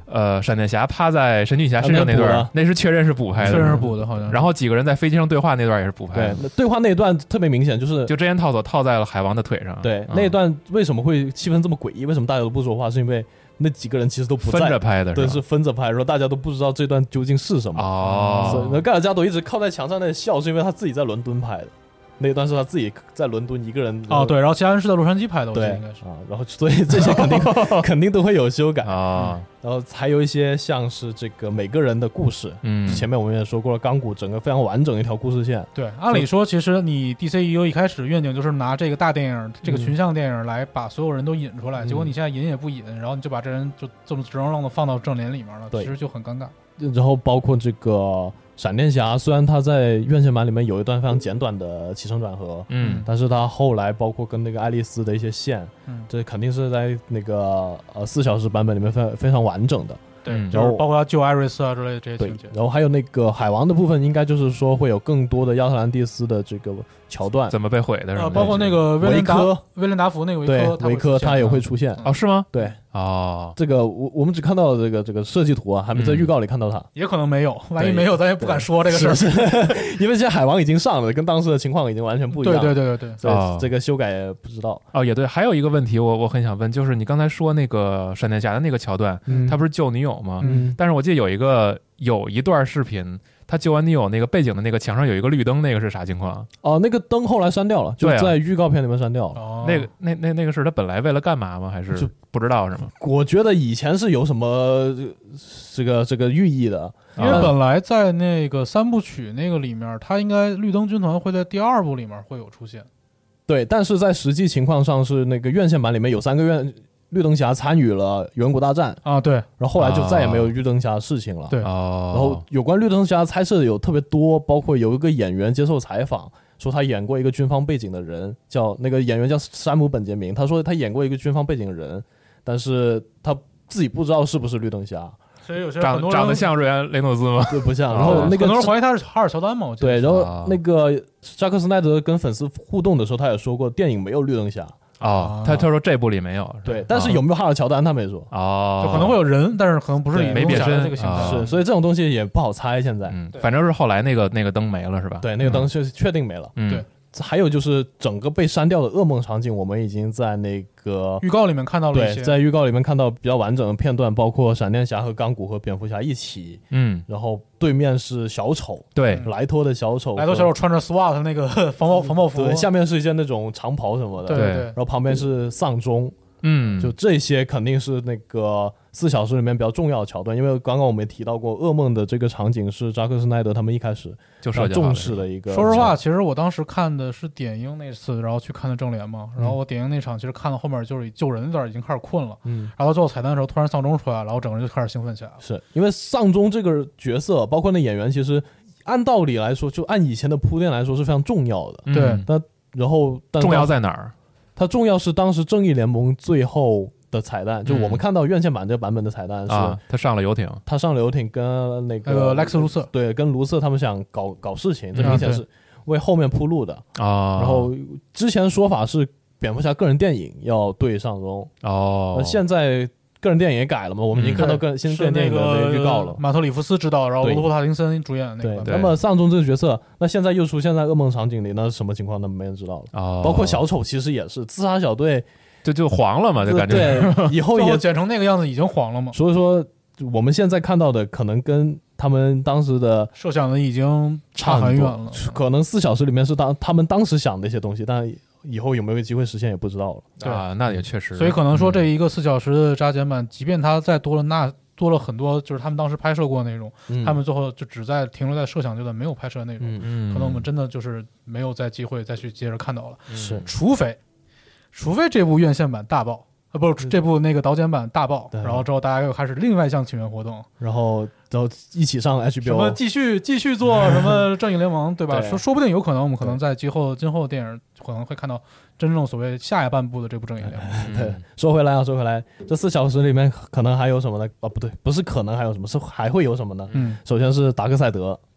闪电侠趴在神奇女侠身上那段，那是确认是补拍的， 确认是补的，好像。 然后几个人在飞机上对话那段也是补拍的。 对，对话那一段特别明显，就真言套索套在了海王的腿上。 对，那一段为什么会气氛这么诡异？为什么大家都不说话？是因为那几个人其实都不在， 分着拍的， 对，是分着拍，然后大家都不知道这段究竟是什么。 哦， 那盖尔加朵一直靠在墙上那笑，是因为他自己在伦敦拍的。那一段是他自己在伦敦一个人对，然后其他人是在洛杉矶拍的，我记得应该是然后所以这些肯定都会有修改然后还有一些像是这个每个人的故事，前面我们也说过了，钢骨整个非常完整一条故事线。 对，按理说其实你 DCEU 一开始愿景就是拿这个大电影这个群像电影来把所有人都引出来，结果你现在引也不引，然后你就把这人就这么直愣愣的放到正联里面了，其实就很尴尬。 然后包括这个闪电侠，虽然他在院线版里面有一段非常简短的起承转合，但是他后来包括跟那个爱丽丝的一些线，这肯定是在那个4小时版本里面非常完整的。 对，然后包括他救艾瑞斯啊之类的这些情节。 然后还有那个海王的部分，应该就是说会有更多的亚特兰蒂斯的这个桥段， 怎么被毁的？ 包括那个威廉达福那个维科，他也会出现。 是吗？ 对。这个我们只看到这个设计图啊，还没在预告里看到他， 也可能没有，万一没有咱也不敢说这个事儿， 因为现在海王已经上了，跟当时的情况已经完全不一样。 对， 所以这个修改也不知道。 也对，还有一个问题我很想问，就是你刚才说那个闪电侠的那个桥段，他不是救女友吗？但是我记得有一段视频，他救完女友那个背景的那个墙上有一个绿灯，那个是啥情况？ 那个灯后来删掉了，就在预告片里面删掉了。 那个是他本来为了干嘛吗？还是不知道是吗？ 我觉得以前是有什么这个寓意的， 因为本来在那个3部曲那个里面，他应该绿灯军团会在第2部里面会有出现。 对，但是在实际情况上是那个院线版里面有3个绿灯侠参与了远古大战对， 然后后来就再也没有绿灯侠的事情了。 对， 然后有关绿灯侠的猜测有特别多，包括有一个演员接受采访说他演过一个军方背景的人，那个演员叫山姆本杰明，他说他演过一个军方背景的人，但是他自己不知道是不是绿灯侠。 所以有些长得像瑞安·雷诺兹吗？ 对，不像。然后那个很多人怀疑他是哈尔乔丹嘛？ 对，然后那个扎克斯奈德跟粉丝互动的时候，他也说过电影没有绿灯侠。 他说这部里没有， 对，但是有没有哈尔乔丹他没说。 就可能会有人，但是可能不是没变身这个形象。 是，所以这种东西也不好猜。现在， 反正是后来那个灯没了是吧？ 对，那个灯是确定没了。 对。 还有就是整个被删掉的噩梦场景，我们已经在那个预告里面看到了一些。 对，在预告里面看到比较完整的片段，包括闪电侠和钢骨和蝙蝠侠一起，然后对面是小丑， 对， 莱托的小丑， 莱托小丑穿着 SWAT 那个防爆服， 对，下面是一件那种长袍什么的， 对， 然后旁边是丧钟，就这些肯定是那个4小时里面比较重要的桥段，因为刚刚我们也提到过，噩梦的这个场景是扎克施奈德他们一开始就重视的一个。 说实话，其实我当时看的是点映那次，然后去看的正联嘛，然后我点映那场其实看到后面就是救人那段已经开始困了，然后最后彩蛋的时候突然丧钟出来了，然后整个人就开始兴奋起来了。 是因为丧钟这个角色，包括那演员，其实按道理来说，就按以前的铺垫来说是非常重要的。 对， 但重要在哪儿？ 它重要是当时正义联盟最后的彩蛋，就我们看到院线版这个版本的彩蛋是他上了游艇， 跟那个莱克斯卢瑟， 对，跟卢瑟他们想搞事情，这明显是为后面铺路的然后之前说法是蝙蝠侠个人电影要对上钟现在个人电影也改了嘛，我们已经看到新个人电影的预告了， 马特里夫斯执导，然后罗伯特·帕丁森主演的那个。 对，那么丧钟这个角色，那现在又出现在噩梦场景里，那是什么情况？那没人知道了包括小丑其实也是自杀小队就黄了嘛，就感觉对，以后也剪成那个样子已经黄了嘛。 所以说我们现在看到的可能跟他们当时的设想的已经差很远了， 可能4小时里面是他们当时想的一些东西，但以后有没有机会实现也不知道了。 对那也确实。 所以可能说这一个4小时的加减版，即便它再多了很多，就是他们当时拍摄过的内容，他们最后就只停留在设想阶段，没有拍摄的内容，可能我们真的就是没有再机会再去接着看到了。 是， 除非这部院线版大爆。不是这部那个导剪版大爆，然后之后大家又开始另外一项请愿活动， 然后一起上 HBO， 什么继续做什么正义联盟，对吧？说不定有可能我们可能在今后的电影可能会看到真正所谓下半部的这部正义联盟。 对，说回来，这4小时里面可能还有什么呢？不对，不是可能还有什么，是还会有什么呢？首先是达克赛德。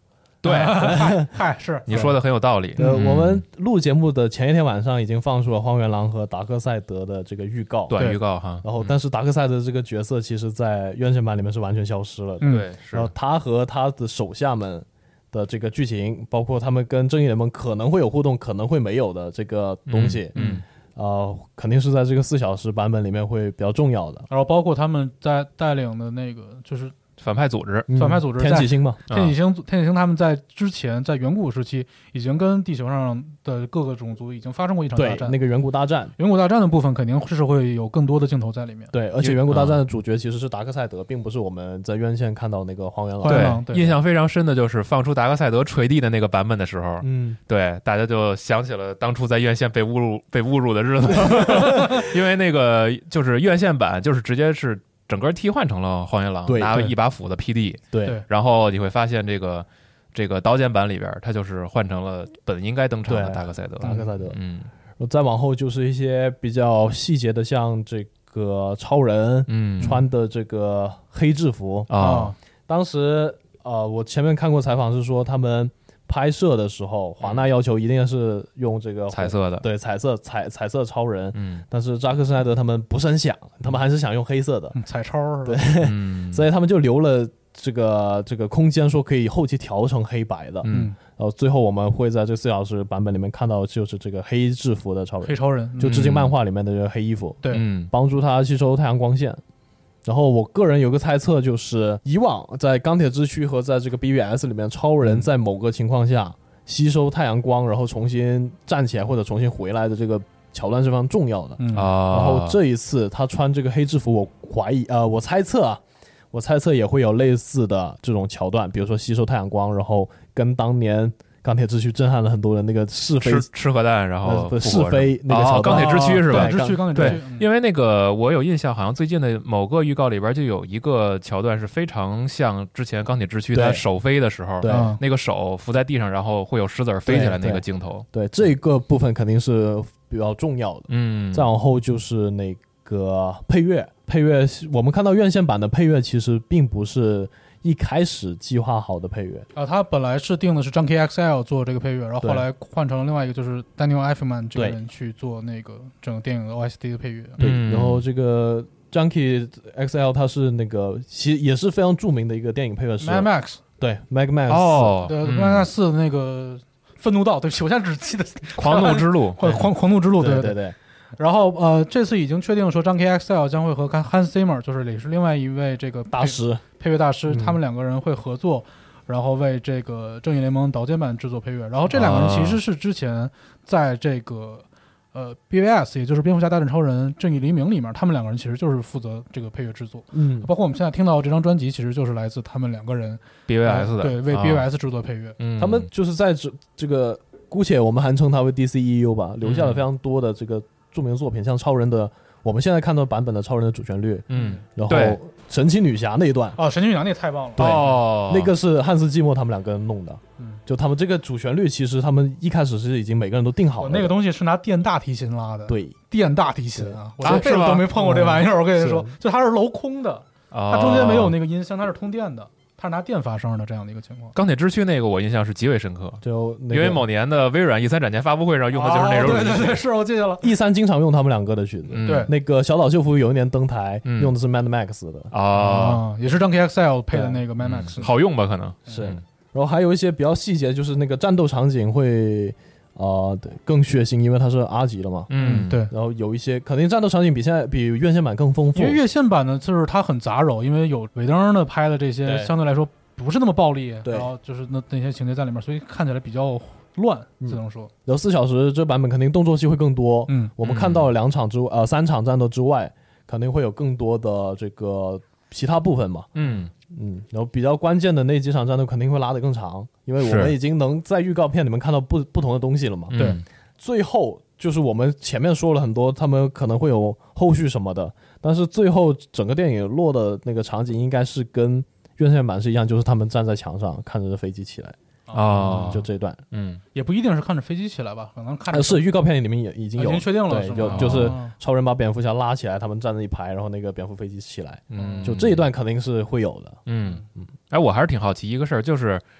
对， 嗨，是你说的很有道理。 我们录节目的前一天晚上已经放出了荒原狼和达克赛德的这个预告， 短预告哈。 然后，但是达克赛德这个角色其实在院线版里面是完全消失了的。 对，是。 然后他和他的手下们的这个剧情，包括他们跟正义联盟可能会有互动，可能会没有的这个东西，肯定是在这个4小时版本里面会比较重要的。 然后包括他们在带领的那个就是反派组织天启星嘛， 天启星他们在之前在远古时期已经跟地球上的各个种族已经发生过一场大战。 对，那个远古大战的部分肯定是会有更多的镜头在里面。 对，而且远古大战的主角其实是达克赛德，并不是我们在院线看到那个荒原狼。 对，印象非常深的就是放出达克赛德垂地的那个版本的时候，对，大家就想起了当初在院线被侮辱的日子，因为那个就是院线版就是直接是整个替换成了荒原狼，拿一把斧子劈地。 对， 然后你会发现这个刀剑版里边，它就是换成了本应该登场的达克赛德。 再往后就是一些比较细节的，像这个超人，穿的这个黑制服啊。 当时我前面看过采访是说他们拍摄的时候，华纳要求一定是用这个彩色的， 对，彩色超人。但是扎克施奈德他们不是很想，他们还是想用黑色的彩超， 对，所以他们就留了这个空间，说可以后期调成黑白的。然后最后我们会在这4小时版本里面看到，就是这个黑制服的超人， 黑超人， 就致敬漫画里面的这个黑衣服， 对， 帮助他吸收太阳光线。然后我个人有个猜测，就是以往在钢铁之躯和在这个 BVS 里面，超人在某个情况下吸收太阳光，然后重新站起来或者重新回来的这个桥段是非常重要的。然后这一次他穿这个黑制服，我猜测也会有类似的这种桥段，比如说吸收太阳光，然后跟当年钢铁之躯震撼了很多人那个试飞吃核弹，然后试飞那个桥段。 钢铁之躯是吧？ 钢铁之躯。 因为那个我有印象，好像最近的某个预告里边就有一个桥段是非常像之前钢铁之躯他手飞的时候，那个手扶在地上，然后会有石子飞起来那个镜头。 对，这个部分肯定是比较重要的。再往后就是那个配乐，我们看到院线版的配乐其实并不是一开始计划好的配乐他本来是定的是 Junkie XL 做这个配乐，然后后来换成了另外一个就是 Daniel Elfman 这个人去做那个整个电影的 OST 的配乐。 对，然后这个 Junkie XL 他是那个其实也是非常著名的一个电影配乐师 Mad Max， 对 Mad Max 对 Mad Max 4的那个愤怒道，对，我现在只记得狂怒之路， 狂怒之路，对对。 然后这次已经确定说 Junkie XL 将会和 Hans Zimmer 就是也是另外一位这个配乐大师，他们两个人会合作，然后为这个正义联盟导剪版制作配乐。然后这两个人其实是之前在这个BVS 也就是蝙蝠侠大战超人正义黎明里面，他们两个人其实就是负责这个配乐制作。包括我们现在听到这张专辑其实就是来自他们两个人 BVS 的， 对，为 BVS 制作配乐。 他们就是在这个姑且我们还称它为 DCEU 吧，留下了非常多的这个著名作品，像超人的我们现在看到版本的超人的主旋律，然后神奇女侠那一段， 神奇女侠那太棒了， 对，那个是汉斯季默他们两个人弄的，就他们这个主旋律其实他们一开始是已经每个人都定好了， 那个东西是拿电大提琴拉的， 对， 电大提琴啊，我这辈子都没碰过这玩意儿，我跟你说，就它是镂空的，它中间没有那个音箱，它是通电的。它是拿电发声的这样的一个情况。 钢铁之躯那个我印象是极为深刻， 就因为某年的微软 E3 展前发布会上用的就是那首歌。对，是我记得了。 E3 经常用他们两个的曲子。 对， 那个小岛秀夫有一年登台用的是 Mad Max 的也是 Junkie XL 配的那个 Mad Max， 好用吧？可能是。然后还有一些比较细节，就是那个战斗场景会。对，更血腥，因为它是 R 级的嘛。 对。 然后有一些肯定战斗场景比院线版更丰富， 因为院线版呢，就是它很杂糅，因为有尾灯的拍的这些相对来说不是那么暴力，然后就是那些情节在里面，所以看起来比较乱，只能说。 然后4小时这版本肯定动作戏会更多。我们看到3场战斗之外，肯定会有更多的这个其他部分嘛。然后比较关键的那几场战斗肯定会拉得更长，因为我们已经能在预告片里面看到不同的东西了嘛。 对， 最后就是我们前面说了很多，他们可能会有后续什么的，但是最后整个电影落的那个场景应该是跟院线版是一样，就是他们站在墙上看着飞机起来。就这段， 也不一定是看着飞机起来吧，可能看着是预告片里面也已经确定了， 对，就是超人把蝙蝠侠拉起来，他们站在一排，然后那个蝙蝠飞机起来，就这一段肯定是会有的。 我还是挺好奇一个事儿，就是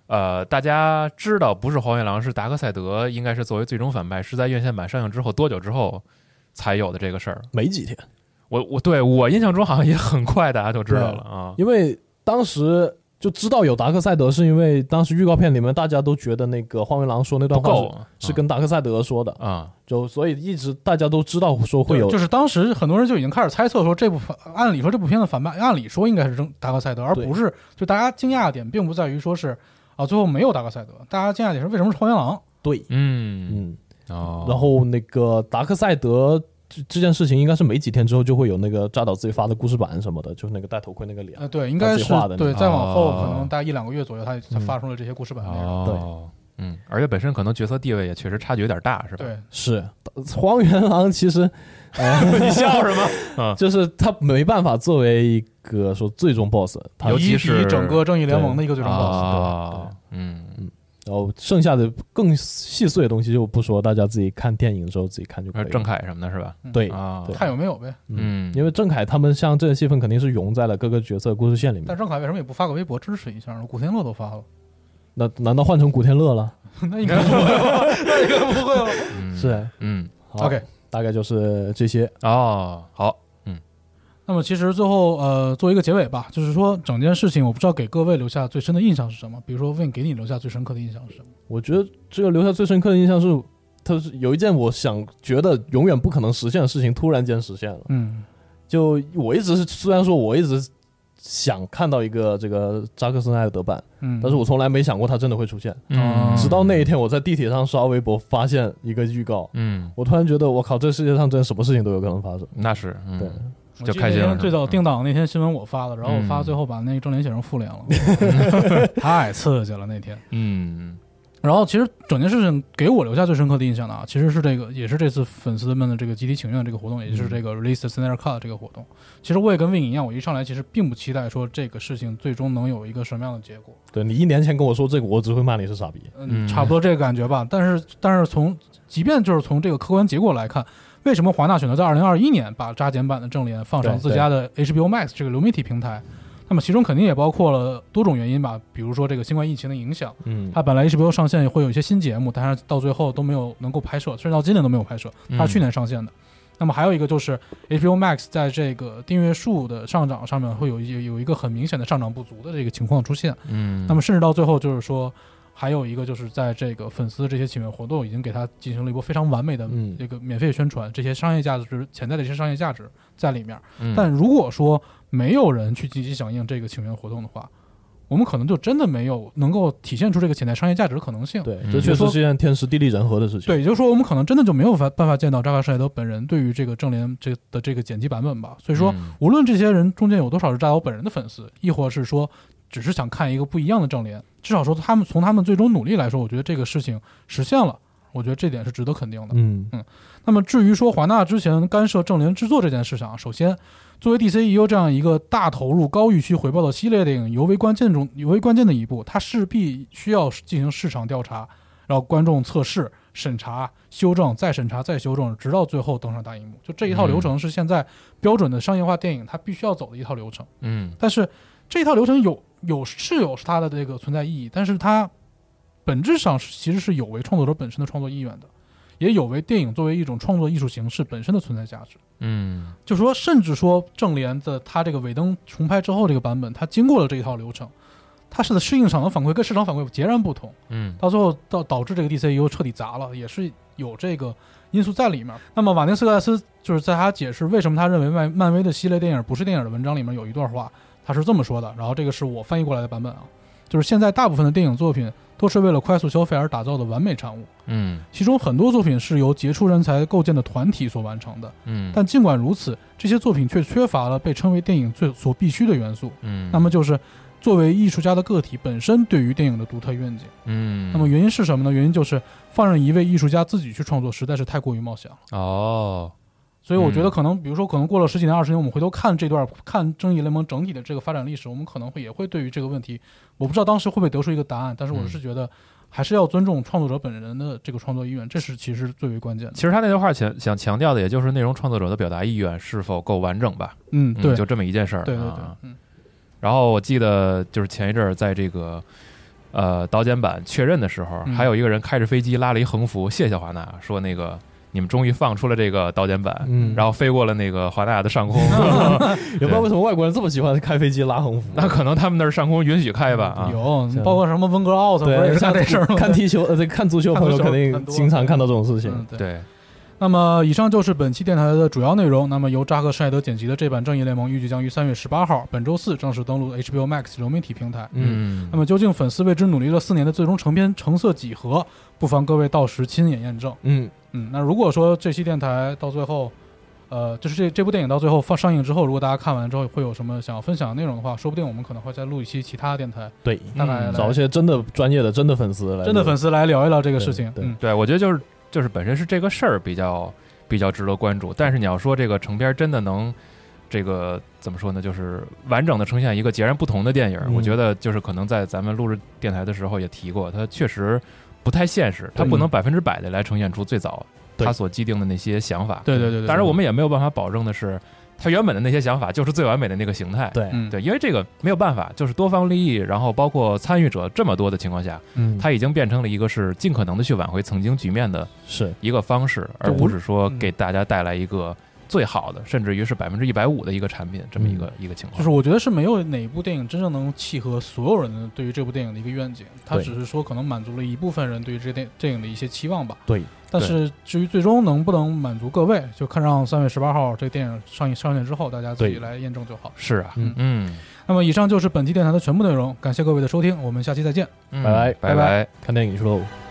大家知道不是黄月郎是达克赛德，应该是作为最终反派，是在院线版上映之后多久之后才有的这个事儿？ 没几天。 对我印象中好像也很快，大家就知道了啊。 因为当时就知道有达克赛德，是因为当时预告片里面大家都觉得那个黄月郎说那段话是跟达克赛德说的啊，就所以一直大家都知道说会有， 就是当时很多人就已经开始猜测说按理说这部片的反派按理说应该是达克赛德，而不是就大家惊讶的点并不在于说是最后没有达克赛德，大家惊讶点是为什么是黄月郎？ 对，然后那个达克赛德这件事情应该是没几天之后就会有那个扎导自己发的故事版什么的，就是那个戴头盔那个脸， 对，应该是对，再往后可能大概1-2个月左右，他才发出了这些故事版内容。 对， 而且本身可能角色地位也确实差距有点大，是吧？ 对， 是黄元郎其实， 你笑什么？ 就是他没办法作为一个说最终 boss， 他尤其是整个正义联盟的一个最终 boss。 然后剩下的更细碎的东西就不说，大家自己看电影的时候自己看就可以了。 郑恺什么的是吧？ 对， 看有没有呗。 因为郑恺他们像这个戏份肯定是融在了各个角色故事线里面。 但郑恺为什么也不发个微博支持一下呢？古天乐都发了， 那难道换成古天乐了？ 那应该不会了，那应该不会了。 是， OK， 大概就是这些。 好。 那么其实最后做一个结尾吧，就是说整件事情我不知道给各位留下最深的印象是什么，比如说Win给你留下最深刻的印象是什么？ 我觉得这个留下最深刻的印象是它是有一件我觉得永远不可能实现的事情突然间实现了。就我一直是虽然说我一直想看到一个这个扎克施奈德版，但是我从来没想过他真的会出现。直到那一天我在地铁上刷微博发现一个预告，我突然觉得我靠，这世界上真的什么事情都有可能发生。 那是， 对。 就开心了。 最早定档那天新闻我发了，然后我发最后把那个正联写成复联了，太刺激了那天。然后其实整件事情给我留下最深刻的印象呢，其实是这个，也是这次粉丝们的这个集体请愿这个活动，也就是这个 Release the Snyder Cut 这个活动。其实我也跟 Win 一样，我一上来其实并不期待说这个事情最终能有一个什么样的结果。 对，你1年前跟我说这个，我只会骂你是傻逼。 差不多这个感觉吧。但是即便就是从这个客观结果来看，为什么华纳选择在2021年把扎简版的正联放上自家的 HBO Max 这个流媒体平台？那么其中肯定也包括了多种原因吧，比如说这个新冠疫情的影响，它本来 HBO 上线会有一些新节目，但是到最后都没有能够拍摄，甚至到今年都没有拍摄，它是去年上线的。那么还有一个就是 HBO Max 在这个订阅数的上涨上面会有一个很明显的上涨不足的这个情况出现。那么甚至到最后就是说，还有一个就是在这个粉丝这些请愿活动已经给他进行了一波非常完美的这个免费宣传，这些商业价值潜在的一些商业价值在里面。但如果说没有人去积极响应这个请愿活动的话，我们可能就真的没有能够体现出这个潜在商业价值的可能性。 对，这确实是一件天时地利人和的事情。 对，也就是说我们可能真的就没有办法见到扎克施奈德本人对于这个正联这个剪辑版本吧。所以说无论这些人中间有多少是扎导本人的粉丝，亦或是说只是想看一个不一样的正联，至少说从他们最终努力来说，我觉得这个事情实现了，我觉得这点是值得肯定的。那么至于说华纳之前干涉正联制作这件事上，首先作为 DCEU 这样一个大投入高预期回报的系列电影，尤为关键的一步，它势必需要进行市场调查，然后观众测试、审查、修正、再审查、再修正，直到最后登上大荧幕。就这一套流程是现在标准的商业化电影它必须要走的一套流程。但是这一套流程有它的这个存在意义，但是它本质上其实是有违创作者本身的创作意愿的，也有违电影作为一种创作艺术形式本身的存在价值。就说甚至说正联的它这个尾灯重拍之后这个版本，它经过了这一套流程，它是的适应场的反馈跟市场反馈截然不同。到最后导致这个 DCEU 彻底砸了，也是有这个因素在里面。那么瓦内斯克莱斯就是在他解释为什么他认为漫威的系列电影不是电影的文章里面有一段话，他是这么说的，然后这个是我翻译过来的版本啊，就是现在大部分的电影作品都是为了快速消费而打造的完美产物，其中很多作品是由杰出人才构建的团体所完成的，但尽管如此，这些作品却缺乏了被称为电影所必须的元素，那么就是作为艺术家的个体本身对于电影的独特愿景，那么原因是什么呢？原因就是放任一位艺术家自己去创作实在是太过于冒险了。所以我觉得可能比如说可能过了10几年20年，我们回头看这段看正义联盟整体的这个发展历史，我们可能也会对于这个问题，我不知道当时会不会得出一个答案，但是我是觉得还是要尊重创作者本人的这个创作意愿，这是其实最为关键的。 其实他那句话想强调的也就是内容创作者的表达意愿是否够完整吧。 对， 就这么一件事儿。 对。 然后我记得就是前一阵在这个导剪版确认的时候，还有一个人开着飞机拉了一横幅，谢谢华纳，说那个你们终于放出了这个导剪版，然后飞过了那个华纳的上空。 也不知道为什么外国人这么喜欢开飞机拉横幅， 那可能他们那儿上空允许开吧？啊， 有，包括什么温格奥特，不是像这事儿吗？ 看踢球，看足球朋友肯定经常看到这种事情。 对。 那么以上就是本期电台的主要内容。那么由扎克施奈德剪辑的这版《正义联盟》预计将于3月18号本周四正式登陆 HBO Max 流媒体平台。那么究竟粉丝为之努力了4年的最终成片成色几何，不妨各位到时亲眼验证。那如果说这期电台到最后就是这部电影到最后上映之后，如果大家看完之后会有什么想要分享的内容的话，说不定我们可能会再录一期其他电台， 对， 大概找一些真的专业的真的粉丝来聊一聊这个事情。 对，我觉得就是本身是这个事儿比较值得关注，但是你要说这个成片真的能这个怎么说呢，就是完整的呈现一个截然不同的电影，我觉得就是可能在咱们录制电台的时候也提过，它确实不太现实，它不能100%的来呈现出最早他所既定的那些想法。 对， 当然我们也没有办法保证的是他原本的那些想法就是最完美的那个形态。 对， 因为这个没有办法，就是多方利益，然后包括参与者这么多的情况下，它已经变成了一个是尽可能的去挽回曾经局面的一个方式，而不是说给大家带来一个最好的，甚至于是150%的一个产品，这么一个情况。 就是我觉得是没有哪一部电影真正能契合所有人的对于这部电影的一个愿景，它只是说可能满足了一部分人对于这电影的一些期望吧。 对。 但是至于最终能不能满足各位，就看上3月18号这个电影上映之后，大家自己来验证就好。 是啊， 那么以上就是本期电台的全部内容，感谢各位的收听，我们下期再见， 拜拜， 拜拜， 看电影去喽。